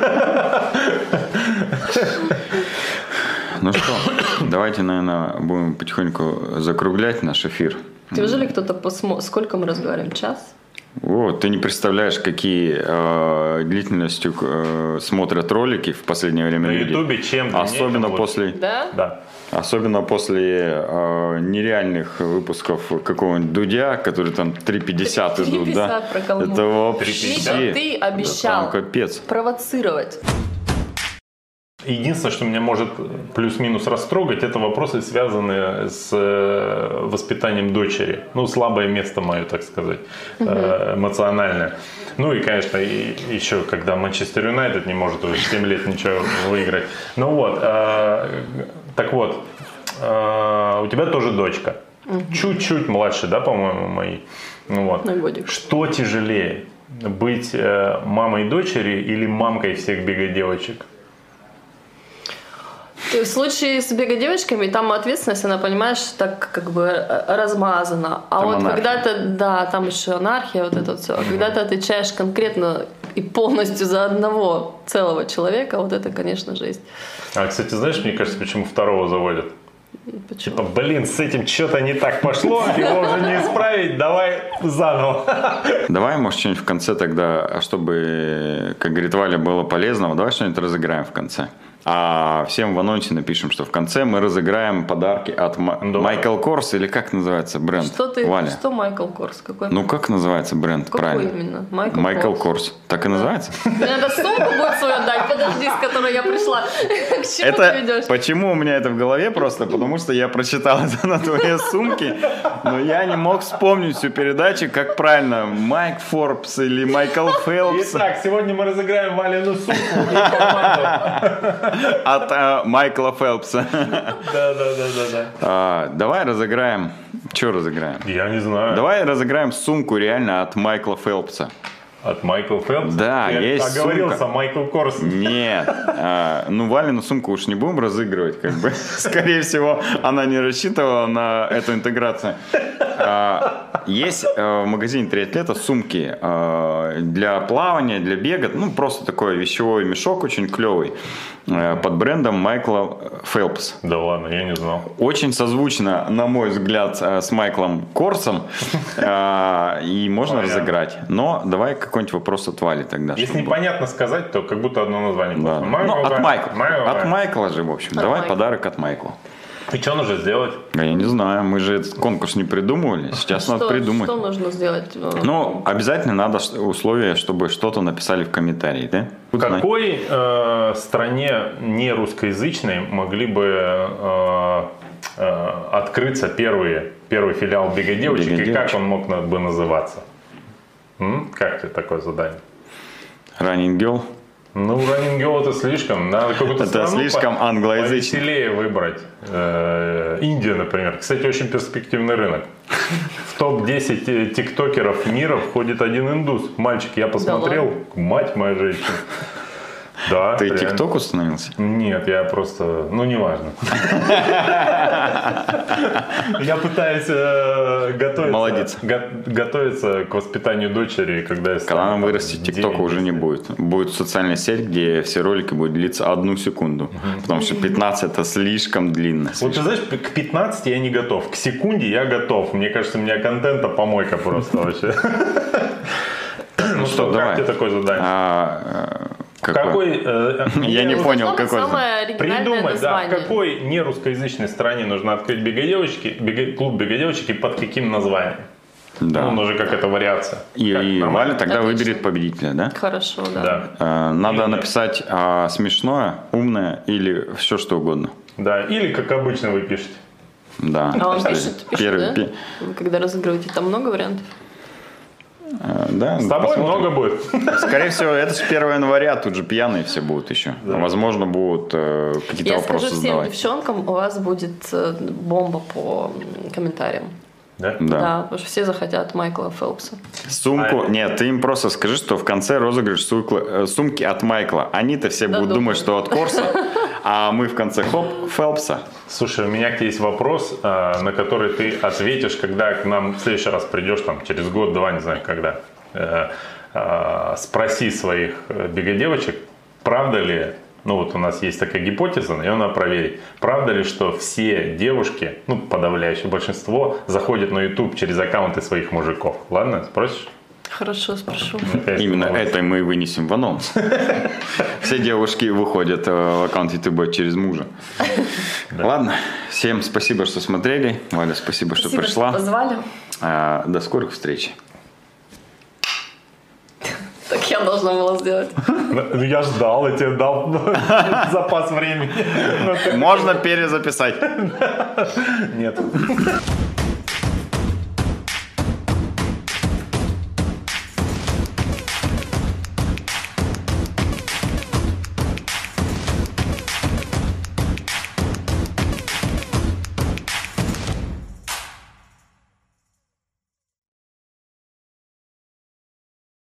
Ну что, давайте, наверное, будем потихоньку закруглять наш эфир. Неужели кто-то посмотрит? Сколько мы разговариваем? Час? Вот, ты не представляешь, какие э, длительностью э, смотрят ролики в последнее время На люди. Ютубе чем длиннее, Особенно тем лучше. после, Да? Да. особенно после э, нереальных выпусков какого-нибудь Дудя, которые там три пятьдесят идут, да? три пятьдесят про Колыму. Это вообще... три пятьдесят? Ты Да обещал там капец. провоцировать. Единственное, что меня может плюс-минус растрогать, это вопросы, связанные с э, воспитанием дочери. Ну, слабое место мое, так сказать, э, эмоциональное. Ну и, конечно, и, еще когда Манчестер Юнайтед не может уже семь лет ничего выиграть. Ну вот, э, так вот, э, у тебя тоже дочка. Чуть-чуть младше, да, по-моему, моей. Ну, вот. На годик. Что тяжелее, быть э, мамой дочери или мамкой всех бега-девочек? В случае с бега-девочками там ответственность, она, понимаешь, так как бы э, размазана. А Там вот анархия. когда ты, да, там еще анархия, вот это вот все. А когда ты отвечаешь конкретно и полностью за одного целого человека, вот это, конечно, жесть. А, кстати, знаешь, мне кажется, почему второго заводят? Почему? Типа, блин, с этим что-то не так пошло, его уже не исправить, давай заново. Давай, может, что-нибудь в конце тогда, чтобы, как говорит Валя, было полезного, давай что-нибудь разыграем в конце. А всем в анонсе напишем, что в конце мы разыграем подарки от Ма- Давай. Michael Kors, или как называется бренд? Что ты, Валя. что Майкл Корс? Какой? Ну, как называется бренд, Какой правильно? именно? Майкл Michael Корс. Kors. Так и называется? Мне надо сумку будет свою отдать, подожди, с которой я пришла. К чему Это ты ведешь? почему у меня это в голове просто? Потому что я прочитал это на твоей сумке, но я не мог вспомнить всю передачу, как правильно, Майк Форбс или Майкл Фелпс. Итак, сегодня мы разыграем Валину сумку и команду. От э, Майкла Фелпса. Да, да, да, да, да. А, давай разыграем. Что разыграем? Я не знаю. Давай разыграем сумку реально от Майкла Фелпса. От Майкла Фелпса? Да, Я есть оговорился, сумка. Майкл Корс. Нет. А, ну, Валину сумку уж не будем разыгрывать, как бы. Скорее всего, она не рассчитывала на эту интеграцию. А, есть а, в магазине «Триатлета» сумки а, для плавания, для бега. Ну, просто такой вещевой мешок очень клевый а, под брендом Майкла Фелпс. Да ладно, я не знал. Очень созвучно, на мой взгляд, с Майклом Корсом. а, И можно Понятно. разыграть. Но давай какой-нибудь вопрос от Вали тогда. Если чтобы- непонятно сказать, то как будто одно название. Да. просто. Майкл, Ну, от да. Майкла. Майкл, От да. Майкла же, в общем. От Давай Майкла. подарок от Майкла. И что нужно сделать? А я не знаю, мы же этот конкурс не придумывали, сейчас Что, надо придумать. что нужно сделать? Ну, обязательно надо ш- условие, чтобы что-то написали в комментарии, да? В какой э, стране не русскоязычной могли бы э, э, открыться первые, первый филиал Бега девочек, Бега и как девочек. он мог на- бы называться? М? Как тебе такое задание? Running Girl. Ну, Running Girl это слишком. Надо какую-то Это страну слишком по- англоязычно. повеселее выбрать. Э, Индия, например. Кстати, очень перспективный рынок. В топ десять э, тиктокеров мира входит один индус. Мальчик, я посмотрел. Мать моя женщина. Да, Ты реально. ТикТок установился? Нет, я просто... Ну, неважно. Я пытаюсь э, готовиться... Молодец. го- готовиться к воспитанию дочери, когда я стану, Когда она там, вырастет, ТикТока уже не девять-десять. будет. Будет социальная сеть, где все ролики будут длиться одну секунду. Потому что пятнадцать это слишком длинно. Вот ты знаешь, к пятнадцати я не готов. К секунде я готов. Мне кажется, у меня контента помойка просто вообще. Ну что, как давай. тебе такое задание? А, э, какой? Какой... э, Я не Должно понял, быть какой. самое оригинальное Придумать, да, в название. какой нерусскоязычной стране нужно открыть бега-девочки, бега- клуб бега-девочек и под каким названием? Да. Ну, уже как это вариация. И, Как, и нормально? Валя тогда Отлично. выберет победителя, да? Хорошо, да. Да, Э, Надо Или- написать а, смешное, умное или все что угодно. да. Или, как обычно, вы пишете. Да. А он То пишет, есть пишет, первый да? пи- Вы когда разыгрываете, там много вариантов? э, да, С тобой посмотрим. много будет. Скорее всего, это же первого января, тут же пьяные все будут еще. Возможно, будут э, какие-то Я вопросы скажу всем задавать. девчонкам, у вас будет э, бомба по м, комментариям. Да? Да. Да, потому что все захотят Майкла Фелпса. Сумку. А- Нет, ты им просто скажи, что в конце розыгрыш сумку- э, сумки от Майкла. Они-то все Да, будут думаю. думать, что от Корса, а мы в конце хоп, Фелпса. Слушай, у меня к тебе есть вопрос, э, на который ты ответишь, когда к нам в следующий раз придешь, там, через год-два, не знаю, когда. Э, э, Спроси своих э, бега-девочек, правда ли, ну вот у нас есть такая гипотеза, ее надо проверить, правда ли, что все девушки, ну подавляющее большинство, заходят на YouTube через аккаунты своих мужиков? Ладно, спросишь? Хорошо, спрошу. Опять Именно молодец. это мы и вынесем в анонс. Все девушки выходят э, в аккаунт Ютуба через мужа. Ладно, всем спасибо, что смотрели. Валя, спасибо, что Спасибо, пришла. что позвали. А, До скорых встреч. Так я должна была сделать. Ну, я ждал, я тебе дал запас времени. Но ты- Можно перезаписать. Нет.